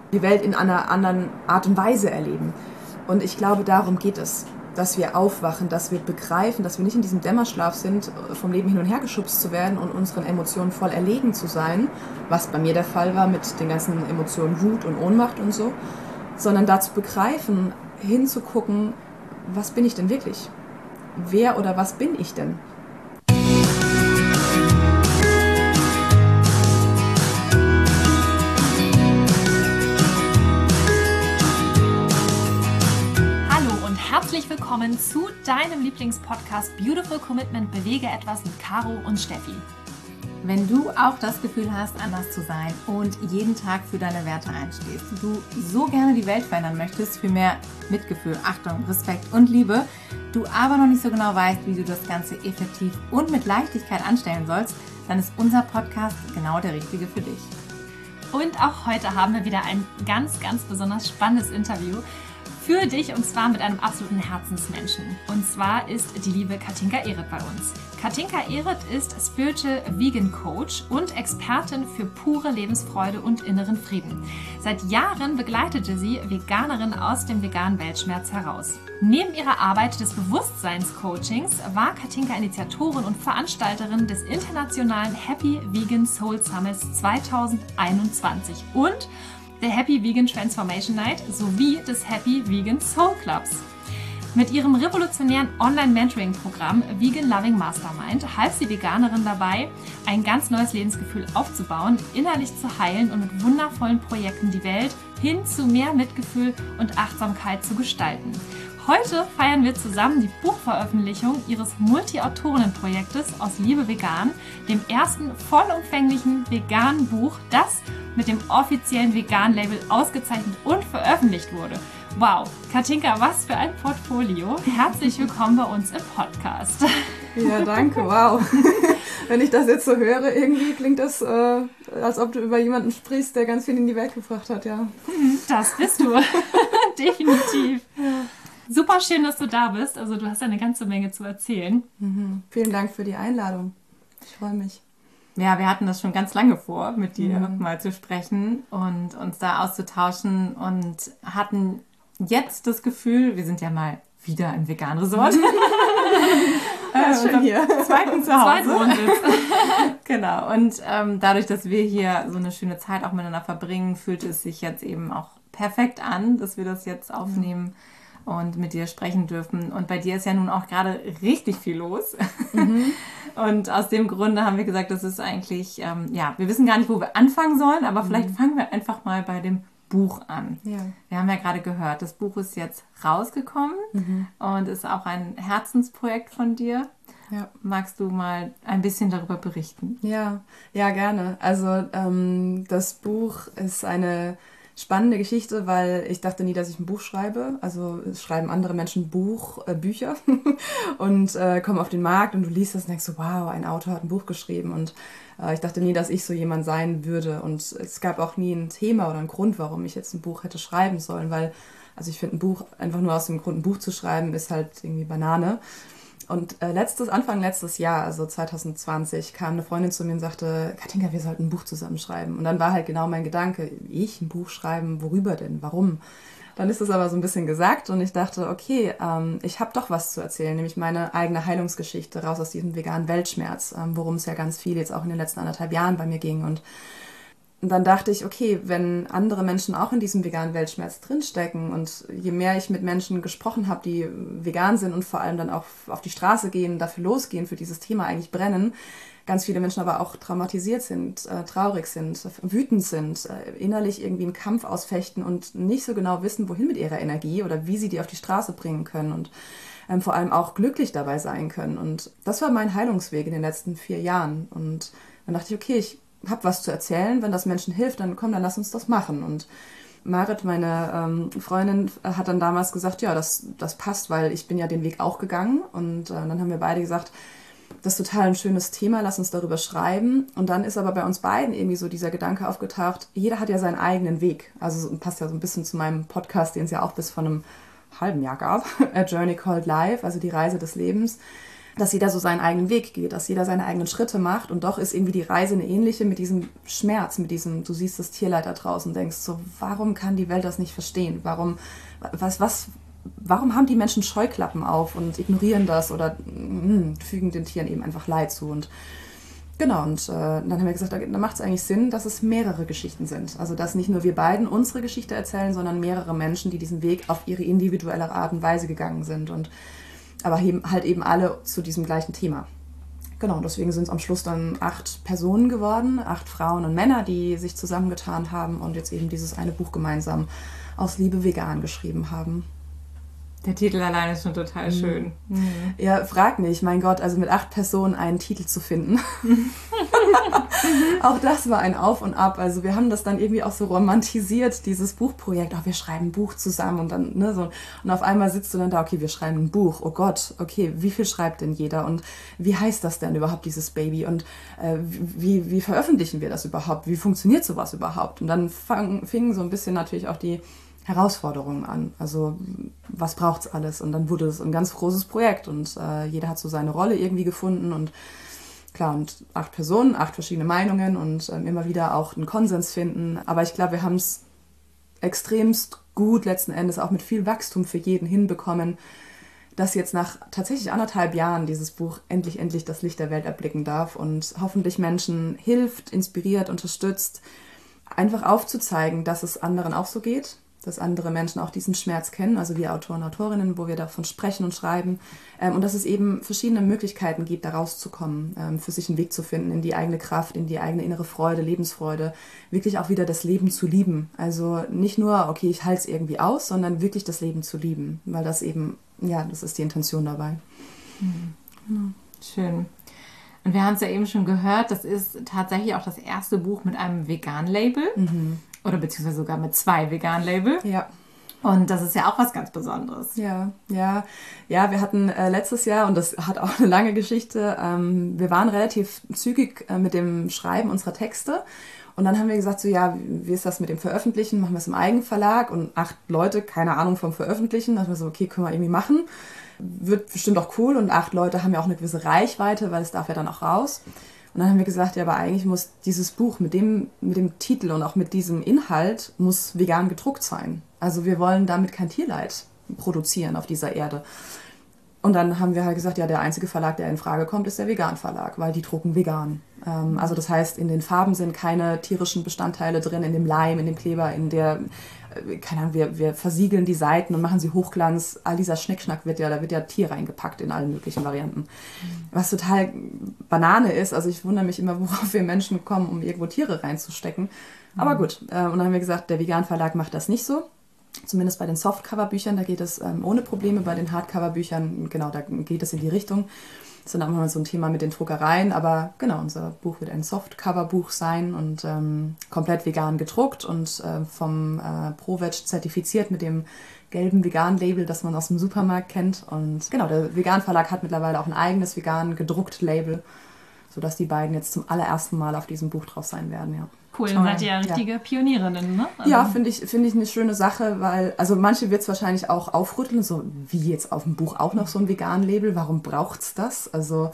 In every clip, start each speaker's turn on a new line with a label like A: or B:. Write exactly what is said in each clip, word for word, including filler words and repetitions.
A: die Welt in einer anderen Art und Weise erleben. Und ich glaube, darum geht es, dass wir aufwachen, dass wir begreifen, dass wir nicht in diesem Dämmerschlaf sind, vom Leben hin und her geschubst zu werden und unseren Emotionen voll erlegen zu sein, was bei mir der Fall war mit den ganzen Emotionen Wut und Ohnmacht und so, sondern dazu begreifen, hinzugucken, was bin ich denn wirklich? Wer oder was bin ich denn?
B: Herzlich willkommen zu deinem Lieblingspodcast Beautiful Commitment – Bewege etwas mit Caro und Steffi.
C: Wenn du auch das Gefühl hast, anders zu sein und jeden Tag für deine Werte einstehst, du so gerne die Welt verändern möchtest für mehr Mitgefühl, Achtung, Respekt und Liebe, du aber noch nicht so genau weißt, wie du das Ganze effektiv und mit Leichtigkeit anstellen sollst, dann ist unser Podcast genau der richtige für dich.
B: Und auch heute haben wir wieder ein ganz, ganz besonders spannendes Interview für dich, und zwar mit einem absoluten Herzensmenschen. Und zwar ist die liebe Katinka Ehret bei uns. Katinka Ehret ist Spiritual Vegan Coach und Expertin für pure Lebensfreude und inneren Frieden. Seit Jahren begleitete sie Veganerinnen aus dem veganen Weltschmerz heraus. Neben ihrer Arbeit des Bewusstseinscoachings war Katinka Initiatorin und Veranstalterin des internationalen Happy Vegan Soul Summits zweitausendeinundzwanzig und der Happy Vegan Transformation Night sowie des Happy Vegan Soul Clubs. Mit ihrem revolutionären Online-Mentoring-Programm Vegan Loving Mastermind half sie Veganerin dabei, ein ganz neues Lebensgefühl aufzubauen, innerlich zu heilen und mit wundervollen Projekten die Welt hin zu mehr Mitgefühl und Achtsamkeit zu gestalten. Heute feiern wir zusammen die Buchveröffentlichung ihres Multi-Autorinnen-Projektes aus Liebe Vegan, dem ersten vollumfänglichen veganen Buch, das mit dem offiziellen Vegan-Label ausgezeichnet und veröffentlicht wurde. Wow, Katinka, was für ein Portfolio. Herzlich willkommen bei uns im Podcast.
A: Ja, danke, wow. Wenn ich das jetzt so höre, irgendwie klingt das, äh, als ob du über jemanden sprichst, der ganz viel in die Welt gebracht hat, ja.
B: Das bist du, definitiv. Ja. Super schön, dass du da bist. Also du hast eine ganze Menge zu erzählen.
A: Mhm. Vielen Dank für die Einladung. Ich freue mich.
C: Ja, wir hatten das schon ganz lange vor, mit dir mhm. mal zu sprechen und uns da auszutauschen und hatten jetzt das Gefühl, wir sind ja mal wieder im Vegan-Resort.
A: Ja, ist schön hier.
C: Zweiten Zuhause. Genau. Und ähm, dadurch, dass wir hier so eine schöne Zeit auch miteinander verbringen, fühlt es sich jetzt eben auch perfekt an, dass wir das jetzt aufnehmen. Mhm. Und mit dir sprechen dürfen. Und bei dir ist ja nun auch gerade richtig viel los. Mhm. Und aus dem Grunde haben wir gesagt, das ist eigentlich, ähm, ja, wir wissen gar nicht, wo wir anfangen sollen, aber mhm. vielleicht fangen wir einfach mal bei dem Buch an. Ja. Wir haben ja gerade gehört, das Buch ist jetzt rausgekommen mhm. und ist auch ein Herzensprojekt von dir. Ja. Magst du mal ein bisschen darüber berichten?
A: Ja, ja, gerne. Also ähm, das Buch ist eine spannende Geschichte, weil ich dachte nie, dass ich ein Buch schreibe. Also es schreiben andere Menschen Buch, äh, Bücher und äh, kommen auf den Markt und du liest das und denkst so, wow, ein Autor hat ein Buch geschrieben. Und äh, ich dachte nie, dass ich so jemand sein würde. Und es gab auch nie ein Thema oder einen Grund, warum ich jetzt ein Buch hätte schreiben sollen, weil, also ich finde, ein Buch, einfach nur aus dem Grund ein Buch zu schreiben, ist halt irgendwie Banane. Und äh, letztes, Anfang letztes Jahr, also zwanzig zwanzig, kam eine Freundin zu mir und sagte, Katinka, wir sollten ein Buch zusammenschreiben. Und dann war halt genau mein Gedanke, ich ein Buch schreiben, worüber denn, warum? Dann ist es aber so ein bisschen gesagt und ich dachte, okay, ähm, ich habe doch was zu erzählen, nämlich meine eigene Heilungsgeschichte raus aus diesem veganen Weltschmerz, ähm, worum es ja ganz viel jetzt auch in den letzten anderthalb Jahren bei mir ging. Und Und dann dachte ich, okay, wenn andere Menschen auch in diesem veganen Weltschmerz drinstecken und je mehr ich mit Menschen gesprochen habe, die vegan sind und vor allem dann auch auf die Straße gehen, dafür losgehen, für dieses Thema eigentlich brennen, ganz viele Menschen aber auch traumatisiert sind, äh, traurig sind, wütend sind, äh, innerlich irgendwie einen Kampf ausfechten und nicht so genau wissen, wohin mit ihrer Energie oder wie sie die auf die Straße bringen können und ähm, vor allem auch glücklich dabei sein können. Und das war mein Heilungsweg in den letzten vier Jahren. Und dann dachte ich, okay, ich habe was zu erzählen, wenn das Menschen hilft, dann komm, dann lass uns das machen. Und Marit, meine ähm, Freundin, hat dann damals gesagt, ja, das, das passt, weil ich bin ja den Weg auch gegangen. Und äh, dann haben wir beide gesagt, das ist total ein schönes Thema, lass uns darüber schreiben. Und dann ist aber bei uns beiden irgendwie so dieser Gedanke aufgetaucht, jeder hat ja seinen eigenen Weg. Also passt ja so ein bisschen zu meinem Podcast, den es ja auch bis vor einem halben Jahr gab, A Journey Called Life, also die Reise des Lebens. dass jeder so seinen eigenen Weg geht, dass jeder seine eigenen Schritte macht und doch ist irgendwie die Reise eine ähnliche mit diesem Schmerz, mit diesem, du siehst das Tierleid da draußen und denkst so, warum kann die Welt das nicht verstehen? Warum, was, was, warum haben die Menschen Scheuklappen auf und ignorieren das oder mh, fügen den Tieren eben einfach Leid zu? Und genau, und äh, dann haben wir gesagt, da, da macht es eigentlich Sinn, dass es mehrere Geschichten sind. Also dass nicht nur wir beiden unsere Geschichte erzählen, sondern mehrere Menschen, die diesen Weg auf ihre individuelle Art und Weise gegangen sind. Und aber eben, halt eben alle zu diesem gleichen Thema. Genau, deswegen sind es am Schluss dann acht Personen geworden, acht Frauen und Männer, die sich zusammengetan haben und jetzt eben dieses eine Buch gemeinsam aus Liebe vegan geschrieben haben.
C: Der Titel allein ist schon total schön.
A: Mhm. Ja, frag nicht, mein Gott, also mit acht Personen einen Titel zu finden. Auch das war ein Auf und Ab. Also wir haben das dann irgendwie auch so romantisiert, dieses Buchprojekt. Ach, wir schreiben ein Buch zusammen und dann, ne, so. Und auf einmal sitzt du dann da, okay, wir schreiben ein Buch. Oh Gott, okay, wie viel schreibt denn jeder? Und wie heißt das denn überhaupt, dieses Baby? Und äh, wie, wie veröffentlichen wir das überhaupt? Wie funktioniert sowas überhaupt? Und dann fang, fingen so ein bisschen natürlich auch die Herausforderungen an. Also was braucht's alles? Und dann wurde es ein ganz großes Projekt und äh, jeder hat so seine Rolle irgendwie gefunden und klar, und acht Personen, acht verschiedene Meinungen und ähm, immer wieder auch einen Konsens finden. Aber ich glaube, wir haben es extremst gut letzten Endes auch mit viel Wachstum für jeden hinbekommen, dass jetzt nach tatsächlich anderthalb Jahren dieses Buch endlich, endlich das Licht der Welt erblicken darf und hoffentlich Menschen hilft, inspiriert, unterstützt, einfach aufzuzeigen, dass es anderen auch so geht, dass andere Menschen auch diesen Schmerz kennen, also wir Autoren und Autorinnen, wo wir davon sprechen und schreiben ähm, und dass es eben verschiedene Möglichkeiten gibt, da rauszukommen, ähm, für sich einen Weg zu finden in die eigene Kraft, in die eigene innere Freude, Lebensfreude, wirklich auch wieder das Leben zu lieben. Also nicht nur, okay, ich halte es irgendwie aus, sondern wirklich das Leben zu lieben, weil das eben, ja, das ist die Intention dabei.
C: Mhm. Genau. Schön. Und wir haben es ja eben schon gehört, das ist tatsächlich auch das erste Buch mit einem Vegan-Label. Mhm. Oder beziehungsweise sogar mit zwei Vegan-Label.
A: Ja.
C: Und das ist ja auch was ganz Besonderes.
A: Ja, ja. Ja, wir hatten äh, letztes Jahr, und das hat auch eine lange Geschichte, ähm, wir waren relativ zügig äh, mit dem Schreiben unserer Texte. Und dann haben wir gesagt, so ja, wie ist das mit dem Veröffentlichen? Machen wir es im Eigenverlag? Und acht Leute, keine Ahnung vom Veröffentlichen. Da haben wir so, okay, können wir irgendwie machen. Wird bestimmt auch cool. Und acht Leute haben ja auch eine gewisse Reichweite, weil es darf ja dann auch raus. Und dann haben wir gesagt, ja, aber eigentlich muss dieses Buch mit dem, mit dem Titel und auch mit diesem Inhalt muss vegan gedruckt sein. Also wir wollen damit kein Tierleid produzieren auf dieser Erde. Und dann haben wir halt gesagt, ja, der einzige Verlag, der in Frage kommt, ist der Vegan-Verlag, weil die drucken vegan. Ähm, also das heißt, in den Farben sind keine tierischen Bestandteile drin, in dem Leim, in dem Kleber, in der, äh, keine Ahnung, wir, wir versiegeln die Seiten und machen sie Hochglanz. All dieser Schnickschnack wird ja, da wird ja Tier reingepackt in allen möglichen Varianten. Was total Banane ist, also ich wundere mich immer, worauf wir Menschen kommen, um irgendwo Tiere reinzustecken. Aber gut, äh, und dann haben wir gesagt, der Vegan-Verlag macht das nicht so. Zumindest bei den Softcover-Büchern, da geht es ähm, ohne Probleme. Bei den Hardcover-Büchern, genau, da geht es in die Richtung. Das ist dann auch mal so ein Thema mit den Druckereien. Aber genau, unser Buch wird ein Softcover-Buch sein und ähm, komplett vegan gedruckt und äh, vom äh, ProVeg zertifiziert mit dem gelben Vegan-Label, das man aus dem Supermarkt kennt. Und genau, der Vegan-Verlag hat mittlerweile auch ein eigenes vegan gedruckt Label, sodass die beiden jetzt zum allerersten Mal auf diesem Buch drauf sein werden, ja.
B: Cool, dann seid ihr ja richtige ja. Pionierinnen, ne? Also
A: ja, finde ich, find ich eine schöne Sache, weil, also manche wird es wahrscheinlich auch aufrütteln, so wie jetzt auf dem Buch auch noch so ein Vegan-Label, warum braucht's das? Also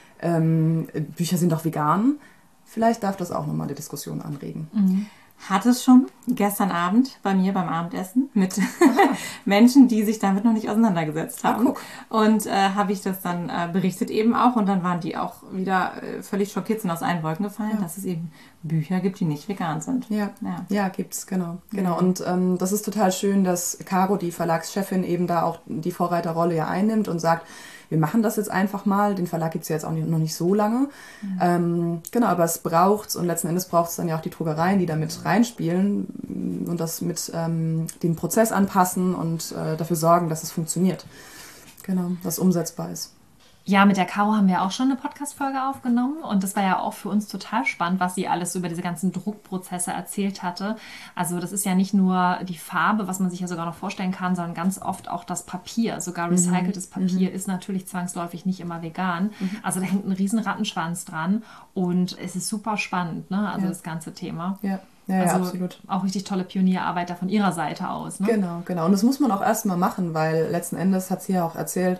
A: ähm, Bücher sind doch vegan. Vielleicht darf das auch nochmal eine Diskussion anregen.
C: Mhm. Hat es schon gestern Abend bei mir beim Abendessen mit Menschen, die sich damit noch nicht auseinandergesetzt haben. Ah, und äh, habe ich das dann äh, berichtet eben auch. Und dann waren die auch wieder äh, völlig schockiert, sind aus allen Wolken gefallen, ja. dass es eben Bücher gibt, die nicht vegan sind.
A: Ja, ja. ja gibt's, genau. genau. Ja. Und ähm, das ist total schön, dass Caro, die Verlagschefin, eben da auch die Vorreiterrolle ja einnimmt und sagt, wir machen das jetzt einfach mal. Den Verlag gibt es ja jetzt auch nicht, noch nicht so lange. Mhm. Ähm, genau, aber es braucht und letzten Endes braucht es dann ja auch die Druckereien, die da mit reinspielen und das mit ähm, den Prozess anpassen und äh, dafür sorgen, dass es funktioniert. Genau, dass es umsetzbar ist.
B: Ja, mit der Caro haben wir auch schon eine Podcast-Folge aufgenommen und das war ja auch für uns total spannend, was sie alles über diese ganzen Druckprozesse erzählt hatte. Also das ist ja nicht nur die Farbe, was man sich ja sogar noch vorstellen kann, sondern ganz oft auch das Papier. Sogar recyceltes mhm. Papier mhm. ist natürlich zwangsläufig nicht immer vegan. Mhm. Also da hängt ein riesen Rattenschwanz dran und es ist super spannend, ne? Also ja. das ganze Thema.
A: Ja. Ja,
B: also
A: ja, absolut.
B: Auch richtig tolle Pionierarbeit da von ihrer Seite aus. Ne?
A: Genau, genau. Und das muss man auch erstmal machen, weil letzten Endes hat sie ja auch erzählt,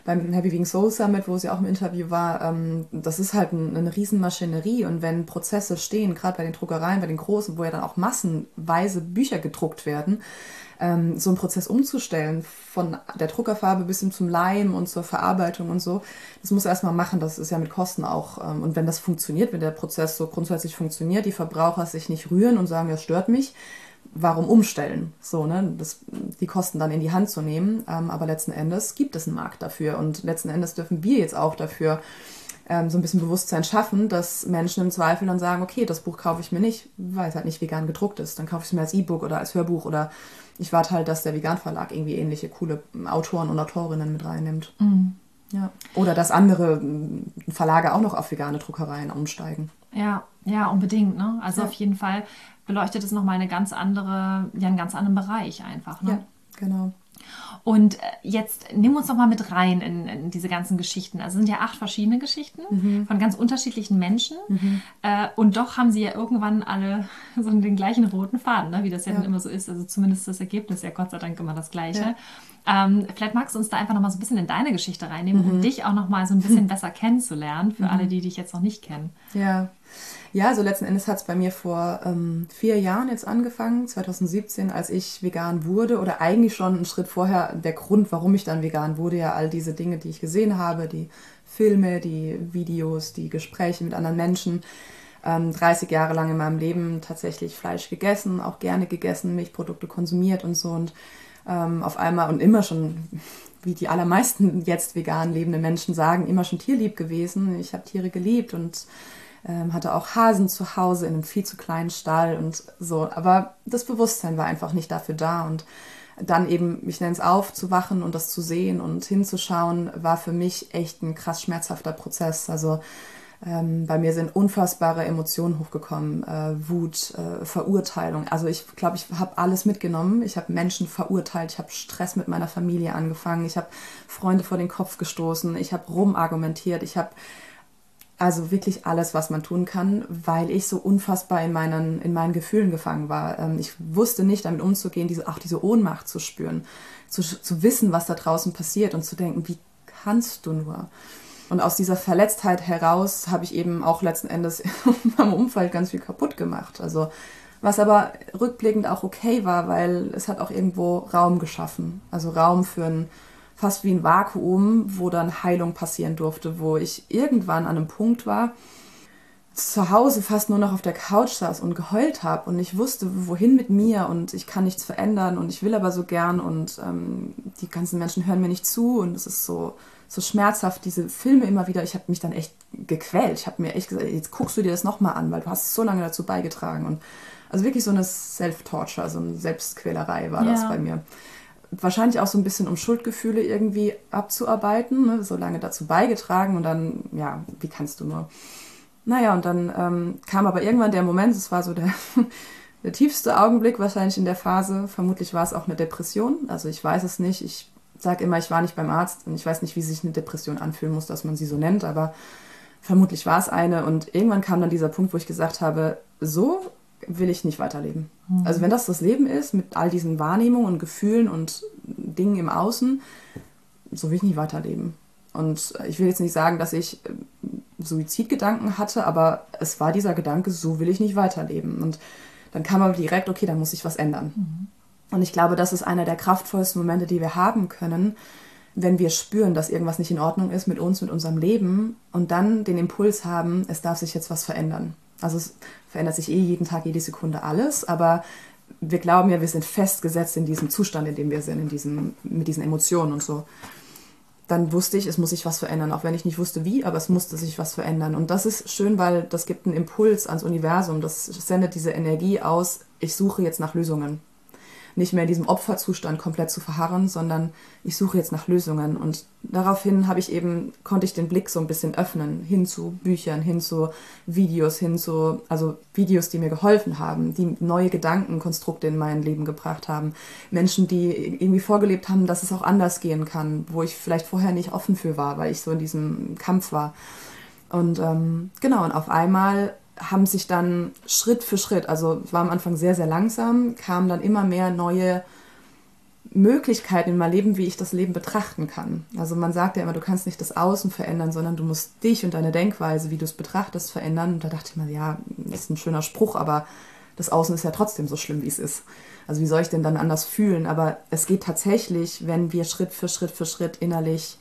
A: beim Happy Vegan Soul Summit, wo sie auch im Interview war, ähm, das ist halt ein, eine Riesenmaschinerie und wenn Prozesse stehen, gerade bei den Druckereien, bei den großen, wo ja dann auch massenweise Bücher gedruckt werden, ähm, so einen Prozess umzustellen, von der Druckerfarbe bis hin zum Leim und zur Verarbeitung und so, das muss er erstmal machen, das ist ja mit Kosten auch, ähm, und wenn das funktioniert, wenn der Prozess so grundsätzlich funktioniert, die Verbraucher sich nicht rühren und sagen, das stört mich, warum umstellen? So, ne? Das, die Kosten dann in die Hand zu nehmen. Ähm, aber letzten Endes gibt es einen Markt dafür. Und letzten Endes dürfen wir jetzt auch dafür ähm, so ein bisschen Bewusstsein schaffen, dass Menschen im Zweifel dann sagen, okay, das Buch kaufe ich mir nicht, weil es halt nicht vegan gedruckt ist. Dann kaufe ich es mir als E-Book oder als Hörbuch oder ich warte halt, dass der Vegan-Verlag irgendwie ähnliche coole Autoren und Autorinnen mit reinnimmt.
B: Mhm.
A: Ja. Oder dass andere Verlage auch noch auf vegane Druckereien umsteigen.
B: Ja, ja, unbedingt. Ne? Also
A: ja.
B: auf jeden Fall beleuchtet es nochmal eine ganz andere, ja, einen ganz anderen Bereich einfach. Ne?
A: Ja, genau.
B: Und jetzt nimm uns doch mal mit rein in, in diese ganzen Geschichten. Also es sind ja acht verschiedene Geschichten mhm. von ganz unterschiedlichen Menschen. Mhm. Äh, und doch haben sie ja irgendwann alle so den gleichen roten Faden, ne? Wie das ja, ja dann immer so ist. Also zumindest das Ergebnis ja Gott sei Dank immer das Gleiche. Ja. Ähm, vielleicht magst du uns da einfach nochmal so ein bisschen in deine Geschichte reinnehmen, mhm. um dich auch nochmal so ein bisschen besser kennenzulernen, für mhm. alle, die dich jetzt noch nicht kennen.
A: Ja. Ja, also letzten Endes hat es bei mir vor ähm, vier Jahren jetzt angefangen, zwanzig siebzehn, als ich vegan wurde oder eigentlich schon einen Schritt vorher der Grund, warum ich dann vegan wurde, ja all diese Dinge, die ich gesehen habe, die Filme, die Videos, die Gespräche mit anderen Menschen, ähm, dreißig Jahre lang in meinem Leben tatsächlich Fleisch gegessen, auch gerne gegessen, Milchprodukte konsumiert und so und ähm, auf einmal und immer schon, wie die allermeisten jetzt vegan lebenden Menschen sagen, immer schon tierlieb gewesen. Ich habe Tiere geliebt und Ähm, hatte auch Hasen zu Hause in einem viel zu kleinen Stall und so. Aber das Bewusstsein war einfach nicht dafür da. Und dann eben, ich nenne es aufzuwachen und das zu sehen und hinzuschauen, war für mich echt ein krass schmerzhafter Prozess. Also ähm, bei mir sind unfassbare Emotionen hochgekommen. Äh, Wut, äh, Verurteilung. Also ich glaube, ich habe alles mitgenommen. Ich habe Menschen verurteilt. Ich habe Stress mit meiner Familie angefangen. Ich habe Freunde vor den Kopf gestoßen. Ich habe rumargumentiert. Ich habe Also wirklich alles, was man tun kann, weil ich so unfassbar in meinen, in meinen Gefühlen gefangen war. Ich wusste nicht, damit umzugehen, diese, auch diese Ohnmacht zu spüren, zu, zu wissen, was da draußen passiert und zu denken, wie kannst du nur? Und aus dieser Verletztheit heraus habe ich eben auch letzten Endes in meinem Umfeld ganz viel kaputt gemacht. Also was aber rückblickend auch okay war, weil es hat auch irgendwo Raum geschaffen. Also Raum für ein fast wie ein Vakuum, wo dann Heilung passieren durfte, wo ich irgendwann an einem Punkt war, zu Hause fast nur noch auf der Couch saß und geheult habe und ich wusste, wohin mit mir und ich kann nichts verändern und ich will aber so gern und ähm, die ganzen Menschen hören mir nicht zu und es ist so, so schmerzhaft, diese Filme immer wieder, ich habe mich dann echt gequält, ich habe mir echt gesagt, jetzt guckst du dir das nochmal an, weil du hast so lange dazu beigetragen und also wirklich so eine Self-Torture, so eine Selbstquälerei war ja. das bei mir. Wahrscheinlich auch so ein bisschen, um Schuldgefühle irgendwie abzuarbeiten, ne? So lange dazu beigetragen und dann, ja, wie kannst du nur? Naja, und dann ähm, kam aber irgendwann der Moment, es war so der, der tiefste Augenblick wahrscheinlich in der Phase, vermutlich war es auch eine Depression, also ich weiß es nicht, ich sage immer, ich war nicht beim Arzt und ich weiß nicht, wie sich eine Depression anfühlen muss, dass man sie so nennt, aber vermutlich war es eine und irgendwann kam dann dieser Punkt, wo ich gesagt habe, so will ich nicht weiterleben. Mhm. Also wenn das das Leben ist, mit all diesen Wahrnehmungen und Gefühlen und Dingen im Außen, so will ich nicht weiterleben. Und ich will jetzt nicht sagen, dass ich Suizidgedanken hatte, aber es war dieser Gedanke, so will ich nicht weiterleben. Und dann kam aber direkt, okay, dann muss ich was ändern. Mhm. Und ich glaube, das ist einer der kraftvollsten Momente, die wir haben können, wenn wir spüren, dass irgendwas nicht in Ordnung ist mit uns, mit unserem Leben und dann den Impuls haben, es darf sich jetzt was verändern. Also es verändert sich eh jeden Tag, jede Sekunde alles, aber wir glauben ja, wir sind festgesetzt in diesem Zustand, in dem wir sind, in diesem, mit diesen Emotionen und so. Dann wusste ich, es muss sich was verändern, auch wenn ich nicht wusste wie, aber es musste sich was verändern. Und das ist schön, weil das gibt einen Impuls ans Universum, das sendet diese Energie aus, ich suche jetzt nach Lösungen. Nicht mehr in diesem Opferzustand komplett zu verharren, sondern ich suche jetzt nach Lösungen. Und daraufhin habe ich eben, konnte ich den Blick so ein bisschen öffnen, hin zu Büchern, hin zu Videos, hin zu, also Videos, die mir geholfen haben, die neue Gedankenkonstrukte in mein Leben gebracht haben. Menschen, die irgendwie vorgelebt haben, dass es auch anders gehen kann, wo ich vielleicht vorher nicht offen für war, weil ich so in diesem Kampf war. Und ähm, genau, und auf einmal haben sich dann Schritt für Schritt, also es war am Anfang sehr, sehr langsam, kamen dann immer mehr neue Möglichkeiten in meinem Leben, wie ich das Leben betrachten kann. Also man sagt ja immer, du kannst nicht das Außen verändern, sondern du musst dich und deine Denkweise, wie du es betrachtest, verändern. Und da dachte ich mir, ja, das ist ein schöner Spruch, aber das Außen ist ja trotzdem so schlimm, wie es ist. Also wie soll ich denn dann anders fühlen? Aber es geht tatsächlich, wenn wir Schritt für Schritt für Schritt innerlich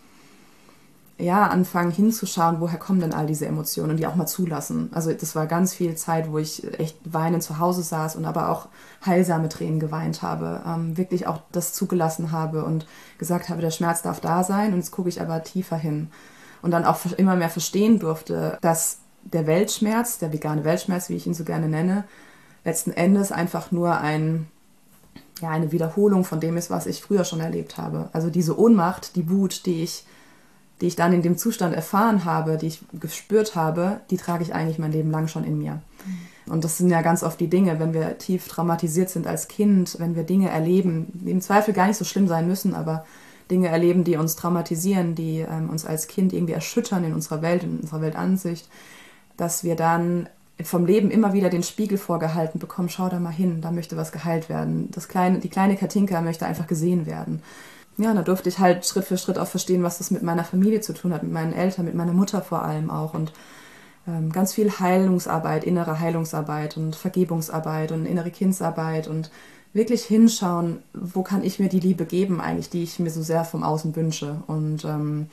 A: ja, anfangen hinzuschauen, woher kommen denn all diese Emotionen und die auch mal zulassen. Also das war ganz viel Zeit, wo ich echt weinend zu Hause saß und aber auch heilsame Tränen geweint habe, ähm, wirklich auch das zugelassen habe und gesagt habe, der Schmerz darf da sein und jetzt gucke ich aber tiefer hin. Und dann auch immer mehr verstehen durfte, dass der Weltschmerz, der vegane Weltschmerz, wie ich ihn so gerne nenne, letzten Endes einfach nur ein, ja, eine Wiederholung von dem ist, was ich früher schon erlebt habe. Also diese Ohnmacht, die Wut, die ich die ich dann in dem Zustand erfahren habe, die ich gespürt habe, die trage ich eigentlich mein Leben lang schon in mir. Mhm. Und das sind ja ganz oft die Dinge, wenn wir tief traumatisiert sind als Kind, wenn wir Dinge erleben, die im Zweifel gar nicht so schlimm sein müssen, aber Dinge erleben, die uns traumatisieren, die ähm, uns als Kind irgendwie erschüttern in unserer Welt, in unserer Weltansicht, dass wir dann vom Leben immer wieder den Spiegel vorgehalten bekommen, schau da mal hin, da möchte was geheilt werden. Das kleine, die kleine Katinka möchte einfach gesehen werden. Ja, da durfte ich halt Schritt für Schritt auch verstehen, was das mit meiner Familie zu tun hat, mit meinen Eltern, mit meiner Mutter vor allem auch. Und ähm, ganz viel Heilungsarbeit, innere Heilungsarbeit und Vergebungsarbeit und innere Kindsarbeit und wirklich hinschauen, wo kann ich mir die Liebe geben eigentlich, die ich mir so sehr vom Außen wünsche. Und ähm,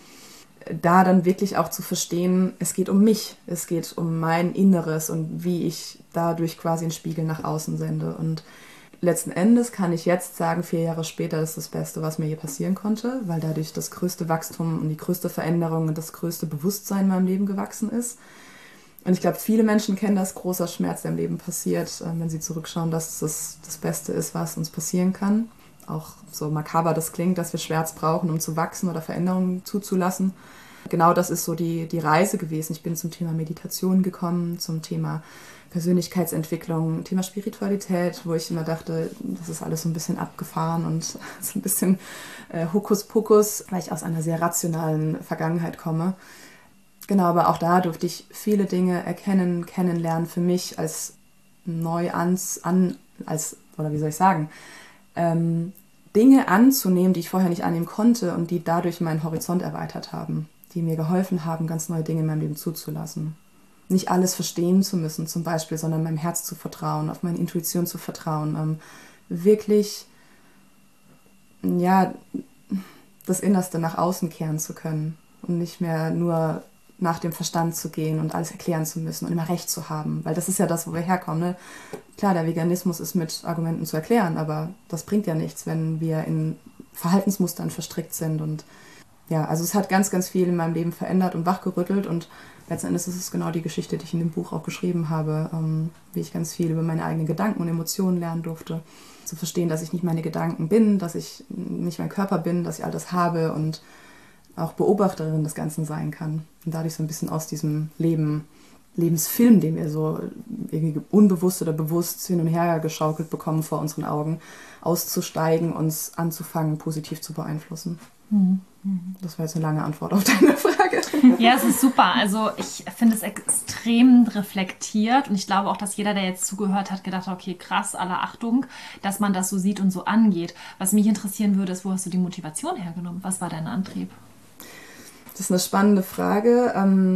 A: da dann wirklich auch zu verstehen, es geht um mich, es geht um mein Inneres und wie ich dadurch quasi einen Spiegel nach außen sende. Und letzten Endes kann ich jetzt sagen, vier Jahre später ist das Beste, was mir je passieren konnte, weil dadurch das größte Wachstum und die größte Veränderung und das größte Bewusstsein in meinem Leben gewachsen ist. Und ich glaube, viele Menschen kennen das, großer Schmerz, der im Leben passiert, wenn sie zurückschauen, dass das das Beste ist, was uns passieren kann. Auch so makaber das klingt, dass wir Schmerz brauchen, um zu wachsen oder Veränderungen zuzulassen. Genau das ist so die, die Reise gewesen. Ich bin zum Thema Meditation gekommen, zum Thema Persönlichkeitsentwicklung, Thema Spiritualität, wo ich immer dachte, das ist alles so ein bisschen abgefahren und so ein bisschen äh, Hokuspokus, weil ich aus einer sehr rationalen Vergangenheit komme. Genau, aber auch da durfte ich viele Dinge erkennen, kennenlernen für mich als neu ans, an, als, oder wie soll ich sagen, ähm, Dinge anzunehmen, die ich vorher nicht annehmen konnte und die dadurch meinen Horizont erweitert haben, die mir geholfen haben, ganz neue Dinge in meinem Leben zuzulassen. Nicht alles verstehen zu müssen zum Beispiel, sondern meinem Herz zu vertrauen, auf meine Intuition zu vertrauen, ähm, wirklich ja, das Innerste nach außen kehren zu können und nicht mehr nur nach dem Verstand zu gehen und alles erklären zu müssen und immer Recht zu haben, weil das ist ja das, wo wir herkommen. Ne? Klar, der Veganismus ist mit Argumenten zu erklären, aber das bringt ja nichts, wenn wir in Verhaltensmustern verstrickt sind. Und ja, also es hat ganz, ganz viel in meinem Leben verändert und wachgerüttelt und letzten Endes ist es genau die Geschichte, die ich in dem Buch auch geschrieben habe, ähm, wie ich ganz viel über meine eigenen Gedanken und Emotionen lernen durfte. Zu verstehen, dass ich nicht meine Gedanken bin, dass ich nicht mein Körper bin, dass ich all das habe und auch Beobachterin des Ganzen sein kann. Und dadurch so ein bisschen aus diesem Leben, Lebensfilm, den wir so irgendwie unbewusst oder bewusst hin und her geschaukelt bekommen vor unseren Augen, auszusteigen, uns anzufangen, positiv zu beeinflussen. Mhm. Das war jetzt eine lange Antwort auf deine Frage.
B: Ja, es ist super. Also ich finde es extrem reflektiert und ich glaube auch, dass jeder, der jetzt zugehört hat, gedacht hat, okay, krass, alle Achtung, dass man das so sieht und so angeht. Was mich interessieren würde, ist, wo hast du die Motivation hergenommen? Was war dein Antrieb?
A: Das ist eine spannende Frage.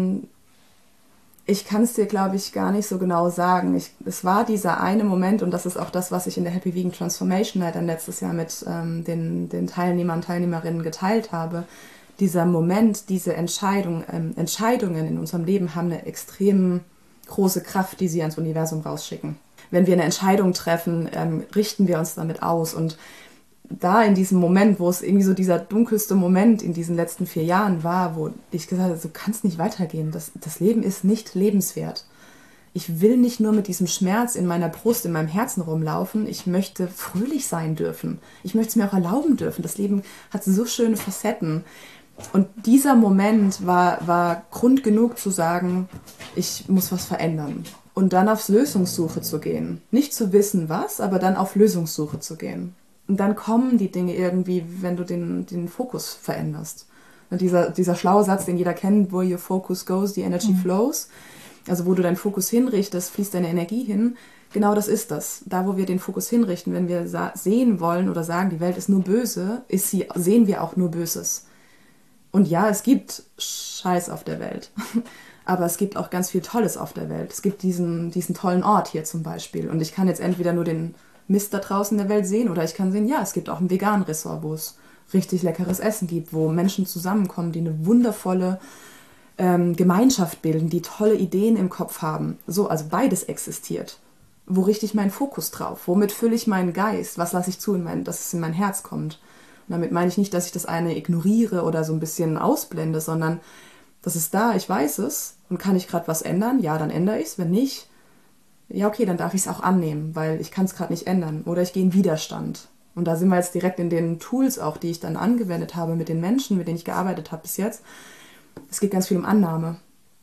A: Ich kann es dir, glaube ich, gar nicht so genau sagen. Ich, es war dieser eine Moment, und das ist auch das, was ich in der Happy Vegan Transformation Night dann letztes Jahr mit ähm, den, den Teilnehmern und Teilnehmerinnen geteilt habe. Dieser Moment, diese Entscheidung, ähm, Entscheidungen in unserem Leben haben eine extrem große Kraft, die sie ans Universum rausschicken. Wenn wir eine Entscheidung treffen, ähm, richten wir uns damit aus. Und da in diesem Moment, wo es irgendwie so dieser dunkelste Moment in diesen letzten vier Jahren war, wo ich gesagt habe, so kann es nicht weitergehen. Das, das Leben ist nicht lebenswert. Ich will nicht nur mit diesem Schmerz in meiner Brust, in meinem Herzen rumlaufen. Ich möchte fröhlich sein dürfen. Ich möchte es mir auch erlauben dürfen. Das Leben hat so schöne Facetten. Und dieser Moment war, war Grund genug zu sagen, ich muss was verändern. Und dann auf Lösungssuche zu gehen. Nicht zu wissen was, aber dann auf Lösungssuche zu gehen. Und dann kommen die Dinge irgendwie, wenn du den, den Fokus veränderst. Und dieser, dieser schlaue Satz, den jeder kennt, where your focus goes, the energy mhm. flows. Also wo du deinen Fokus hinrichtest, fließt deine Energie hin. genau das ist das. Da, wo wir den Fokus hinrichten, wenn wir sa- sehen wollen oder sagen, die Welt ist nur böse, ist sie, sehen wir auch nur Böses. Und ja, es gibt Scheiß auf der Welt. Aber es gibt auch ganz viel Tolles auf der Welt. Es gibt diesen, diesen tollen Ort hier zum Beispiel. Und ich kann jetzt entweder nur den Mist da draußen in der Welt sehen oder ich kann sehen, ja, es gibt auch ein veganen Ressort, wo es richtig leckeres Essen gibt, wo Menschen zusammenkommen, die eine wundervolle ähm, Gemeinschaft bilden, die tolle Ideen im Kopf haben. So, also beides existiert. Wo richte ich meinen Fokus drauf? Womit fülle ich meinen Geist? Was lasse ich zu, in mein, dass es in mein Herz kommt? Und damit meine ich nicht, dass ich das eine ignoriere oder so ein bisschen ausblende, sondern das ist da, ich weiß es und kann ich gerade was ändern? Ja, dann ändere ich es. Wenn nicht, ja okay, dann darf ich es auch annehmen, weil ich kann es gerade nicht ändern. Oder ich gehe in Widerstand. Und da sind wir jetzt direkt in den Tools auch, die ich dann angewendet habe mit den Menschen, mit denen ich gearbeitet habe bis jetzt. Es geht ganz viel um Annahme.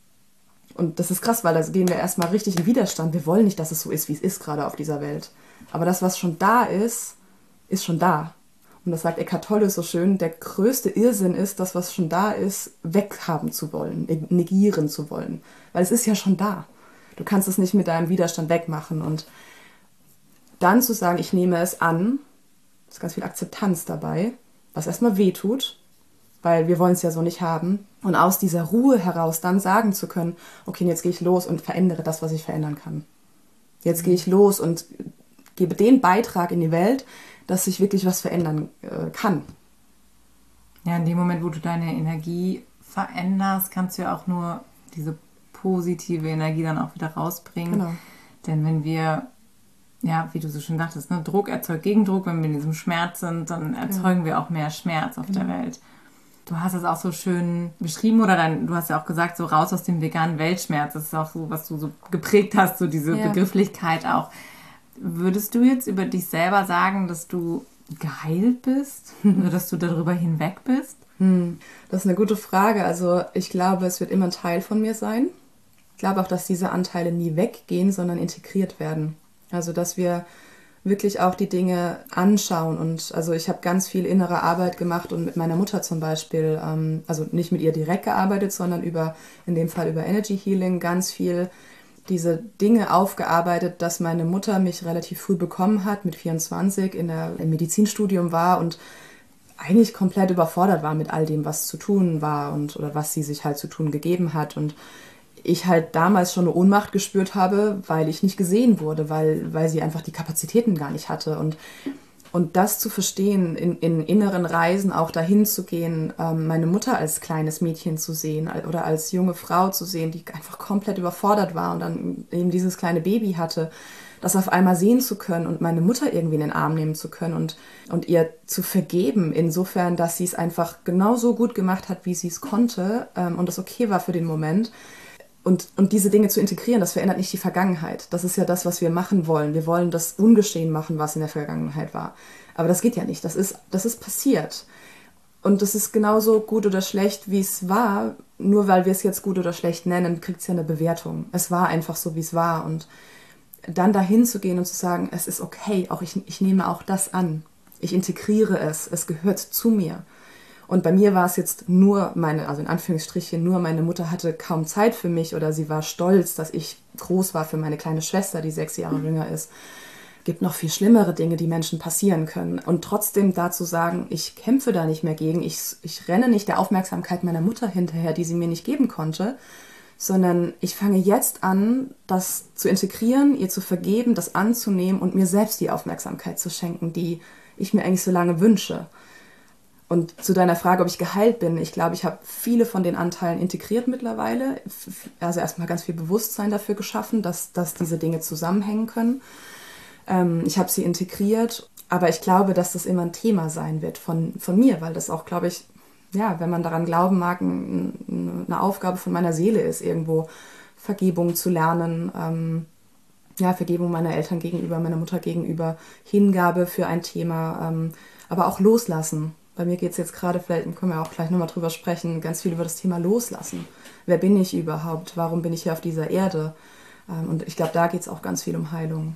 A: Und das ist krass, weil da gehen wir erstmal richtig in Widerstand. Wir wollen nicht, dass es so ist, wie es ist gerade auf dieser Welt. Aber das, was schon da ist, ist schon da. Und das sagt Eckhart Tolle so schön, der größte Irrsinn ist, das, was schon da ist, weghaben zu wollen, negieren zu wollen. Weil es ist ja schon da. Du kannst es nicht mit deinem Widerstand wegmachen. Und dann zu sagen, ich nehme es an, ist ganz viel Akzeptanz dabei, was erstmal wehtut, weil wir wollen es ja so nicht haben. Und aus dieser Ruhe heraus dann sagen zu können, okay, jetzt gehe ich los und verändere das, was ich verändern kann. Jetzt gehe ich los und gebe den Beitrag in die Welt, dass sich wirklich was verändern äh, kann.
C: Ja, in dem Moment, wo du deine Energie veränderst, kannst du ja auch nur diese positive Energie dann auch wieder rausbringen.
A: Genau.
C: Denn wenn wir, ja, wie du so schön dachtest, ne, Druck erzeugt Gegendruck, wenn wir in diesem Schmerz sind, dann erzeugen ja. wir auch mehr Schmerz auf genau. der Welt. Du hast es auch so schön beschrieben oder dann, du hast ja auch gesagt, so raus aus dem veganen Weltschmerz. Das ist auch so, was du so geprägt hast, so diese ja. Begrifflichkeit auch. Würdest du jetzt über dich selber sagen, dass du geheilt bist oder dass du darüber hinweg bist?
A: Hm, das ist eine gute Frage. Also ich glaube, es wird immer ein Teil von mir sein. Ich glaube auch, dass diese Anteile nie weggehen, sondern integriert werden. Also dass wir wirklich auch die Dinge anschauen. Und also ich habe ganz viel innere Arbeit gemacht und mit meiner Mutter zum Beispiel, ähm, also nicht mit ihr direkt gearbeitet, sondern über, in dem Fall über Energy Healing, ganz viel diese Dinge aufgearbeitet, dass meine Mutter mich relativ früh bekommen hat, mit vierundzwanzig, in der, im Medizinstudium war und eigentlich komplett überfordert war mit all dem, was zu tun war und oder was sie sich halt zu tun gegeben hat. Und ich halt damals schon eine Ohnmacht gespürt habe, weil ich nicht gesehen wurde, weil, weil sie einfach die Kapazitäten gar nicht hatte. Und, und das zu verstehen, in, in inneren Reisen auch dahin zu gehen, ähm, meine Mutter als kleines Mädchen zu sehen oder als junge Frau zu sehen, die einfach komplett überfordert war und dann eben dieses kleine Baby hatte, das auf einmal sehen zu können und meine Mutter irgendwie in den Arm nehmen zu können und, und ihr zu vergeben, insofern, dass sie es einfach genauso gut gemacht hat, wie sie es konnte ähm, und das okay war für den Moment. Und, und diese Dinge zu integrieren, das verändert nicht die Vergangenheit. Das ist ja das, was wir machen wollen. Wir wollen das ungeschehen machen, was in der Vergangenheit war. Aber das geht ja nicht. Das ist, das ist passiert. Und das ist genauso gut oder schlecht, wie es war. Nur weil wir es jetzt gut oder schlecht nennen, kriegt es ja eine Bewertung. Es war einfach so, wie es war. Und dann dahin zu gehen und zu sagen, es ist okay, auch ich, ich nehme auch das an. Ich integriere es. Es gehört zu mir. Und bei mir war es jetzt nur meine, also in Anführungsstrichen, nur meine Mutter hatte kaum Zeit für mich oder sie war stolz, dass ich groß war für meine kleine Schwester, die sechs Jahre jünger ist. Es gibt noch viel schlimmere Dinge, die Menschen passieren können. Und trotzdem dazu sagen, ich kämpfe da nicht mehr gegen, ich, ich renne nicht der Aufmerksamkeit meiner Mutter hinterher, die sie mir nicht geben konnte, sondern ich fange jetzt an, das zu integrieren, ihr zu vergeben, das anzunehmen und mir selbst die Aufmerksamkeit zu schenken, die ich mir eigentlich so lange wünsche. Und zu deiner Frage, ob ich geheilt bin, ich glaube, ich habe viele von den Anteilen integriert mittlerweile. Also erstmal ganz viel Bewusstsein dafür geschaffen, dass, dass diese Dinge zusammenhängen können. Ähm, ich habe sie integriert, aber ich glaube, dass das immer ein Thema sein wird von, von mir, weil das auch, glaube ich, ja, wenn man daran glauben mag, ein, eine Aufgabe von meiner Seele ist, irgendwo Vergebung zu lernen, ähm, ja, Vergebung meiner Eltern gegenüber, meiner Mutter gegenüber, Hingabe für ein Thema, ähm, aber auch loslassen. Bei mir geht es jetzt gerade, vielleicht können wir auch gleich nochmal drüber sprechen, ganz viel über das Thema Loslassen. Wer bin ich überhaupt? Warum bin ich hier auf dieser Erde? Und ich glaube, da geht es auch ganz viel um Heilung.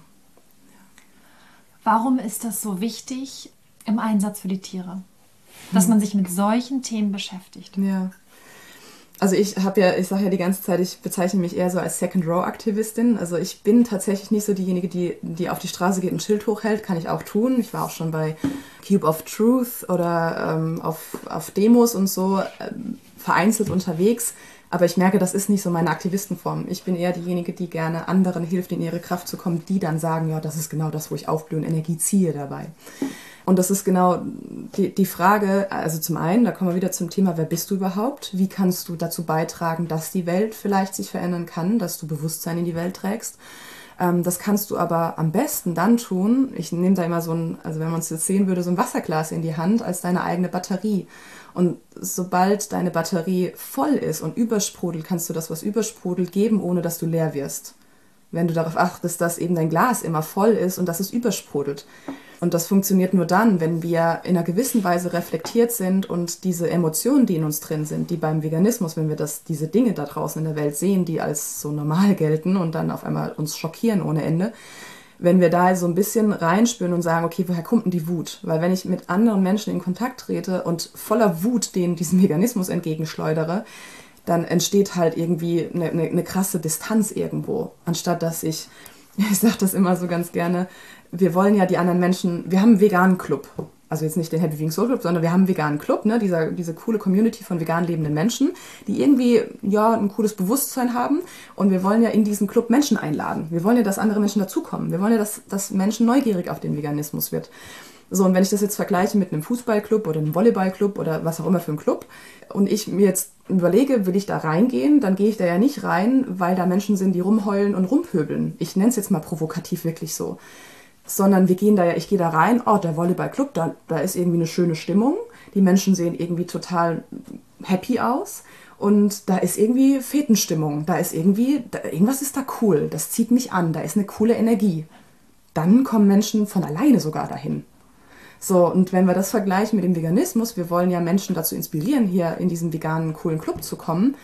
B: Warum ist das so wichtig im Einsatz für die Tiere? Dass man sich mit solchen Themen beschäftigt?
A: Ja, Also ich habe ja, ich sage ja die ganze Zeit, ich bezeichne mich eher so als Second-Row-Aktivistin. Also ich bin tatsächlich nicht so diejenige, die, die auf die Straße geht und ein Schild hochhält. Kann ich auch tun. Ich war auch schon bei Cube of Truth oder ähm, auf, auf Demos und so ähm, vereinzelt unterwegs. Aber ich merke, das ist nicht so meine Aktivistenform. Ich bin eher diejenige, die gerne anderen hilft, in ihre Kraft zu kommen, die dann sagen, ja, das ist genau das, wo ich aufblühe und Energie ziehe dabei. Und das ist genau die, die Frage, also zum einen, da kommen wir wieder zum Thema, wer bist du überhaupt? Wie kannst du dazu beitragen, dass die Welt vielleicht sich verändern kann, dass du Bewusstsein in die Welt trägst? Ähm, das kannst du aber am besten dann tun, ich nehme da immer so ein, also wenn man es jetzt sehen würde, so ein Wasserglas in die Hand als deine eigene Batterie. Und sobald deine Batterie voll ist und übersprudelt, kannst du das, was übersprudelt, geben, ohne dass du leer wirst. Wenn du darauf achtest, dass eben dein Glas immer voll ist und dass es übersprudelt. Und das funktioniert nur dann, wenn wir in einer gewissen Weise reflektiert sind und diese Emotionen, die in uns drin sind, die beim Veganismus, wenn wir das, diese Dinge da draußen in der Welt sehen, die als so normal gelten und dann auf einmal uns schockieren ohne Ende, wenn wir da so ein bisschen reinspüren und sagen, okay, woher kommt denn die Wut? Weil wenn ich mit anderen Menschen in Kontakt trete und voller Wut denen diesem Veganismus entgegenschleudere, dann entsteht halt irgendwie eine, eine, eine krasse Distanz irgendwo. Anstatt dass ich, ich sage das immer so ganz gerne, wir wollen ja die anderen Menschen, wir haben einen veganen Club. Also jetzt nicht den Happy Vegan Soul Club, sondern wir haben einen veganen Club, ne? Dieser, diese coole Community von vegan lebenden Menschen, die irgendwie ja ein cooles Bewusstsein haben. Und wir wollen ja in diesen Club Menschen einladen. Wir wollen ja, dass andere Menschen dazukommen. Wir wollen ja, dass, dass Menschen neugierig auf den Veganismus wird. So, und wenn ich das jetzt vergleiche mit einem Fußballclub oder einem Volleyballclub oder was auch immer für ein Club und ich mir jetzt überlege, will ich da reingehen, dann gehe ich da ja nicht rein, weil da Menschen sind, die rumheulen und rumpöbeln. Ich nenne es jetzt mal provokativ wirklich so. Sondern wir gehen da ja, ich gehe da rein, oh, der Volleyballclub, da, da ist irgendwie eine schöne Stimmung. Die Menschen sehen irgendwie total happy aus und da ist irgendwie Fetenstimmung. Da ist irgendwie, da, irgendwas ist da cool, das zieht mich an, da ist eine coole Energie. Dann kommen Menschen von alleine sogar dahin. So, und wenn wir das vergleichen mit dem Veganismus, wir wollen ja Menschen dazu inspirieren, hier in diesen veganen, coolen Club zu kommen.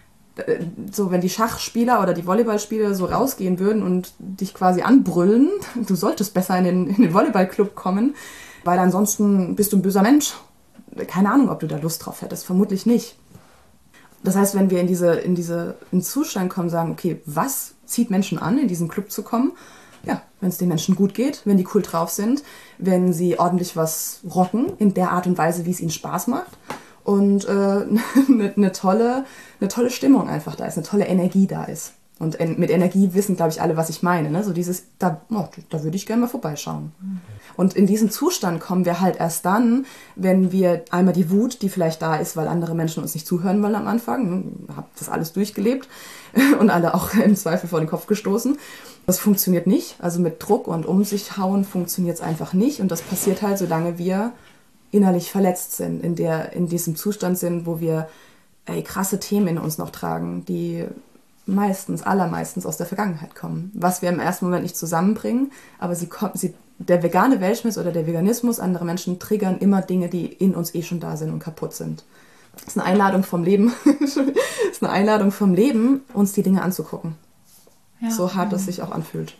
A: So, wenn die Schachspieler oder die Volleyballspieler so rausgehen würden und dich quasi anbrüllen, du solltest besser in den, in den Volleyballclub kommen, weil ansonsten bist du ein böser Mensch. Keine Ahnung, ob du da Lust drauf hättest, vermutlich nicht. Das heißt, wenn wir in diese, in diese, in Zustand kommen, sagen, okay, was zieht Menschen an, in diesen Club zu kommen? Ja, wenn es den Menschen gut geht, wenn die cool drauf sind, wenn sie ordentlich was rocken, in der Art und Weise, wie es ihnen Spaß macht und äh, eine, eine, tolle, eine tolle Stimmung einfach da ist, eine tolle Energie da ist. Und en- mit Energie wissen, glaube ich, alle, was ich meine. Ne? So dieses, da, oh, da würde ich gerne mal vorbeischauen. Mhm. Und in diesen Zustand kommen wir halt erst dann, wenn wir einmal die Wut, die vielleicht da ist, weil andere Menschen uns nicht zuhören wollen am Anfang, ich habe das alles durchgelebt und alle auch im Zweifel vor den Kopf gestoßen. Das funktioniert nicht. Also mit Druck und um sich hauen funktioniert es einfach nicht. Und das passiert halt, solange wir innerlich verletzt sind, in, der, in diesem Zustand sind, wo wir ey, krasse Themen in uns noch tragen, die meistens, allermeistens aus der Vergangenheit kommen. Was wir im ersten Moment nicht zusammenbringen, aber sie kommen, sie, der vegane Weltschmerz oder der Veganismus, andere Menschen triggern immer Dinge, die in uns eh schon da sind und kaputt sind. Das ist eine Einladung vom Leben, das ist eine Einladung vom Leben, uns die Dinge anzugucken. Ja. So hart es sich auch anfühlt.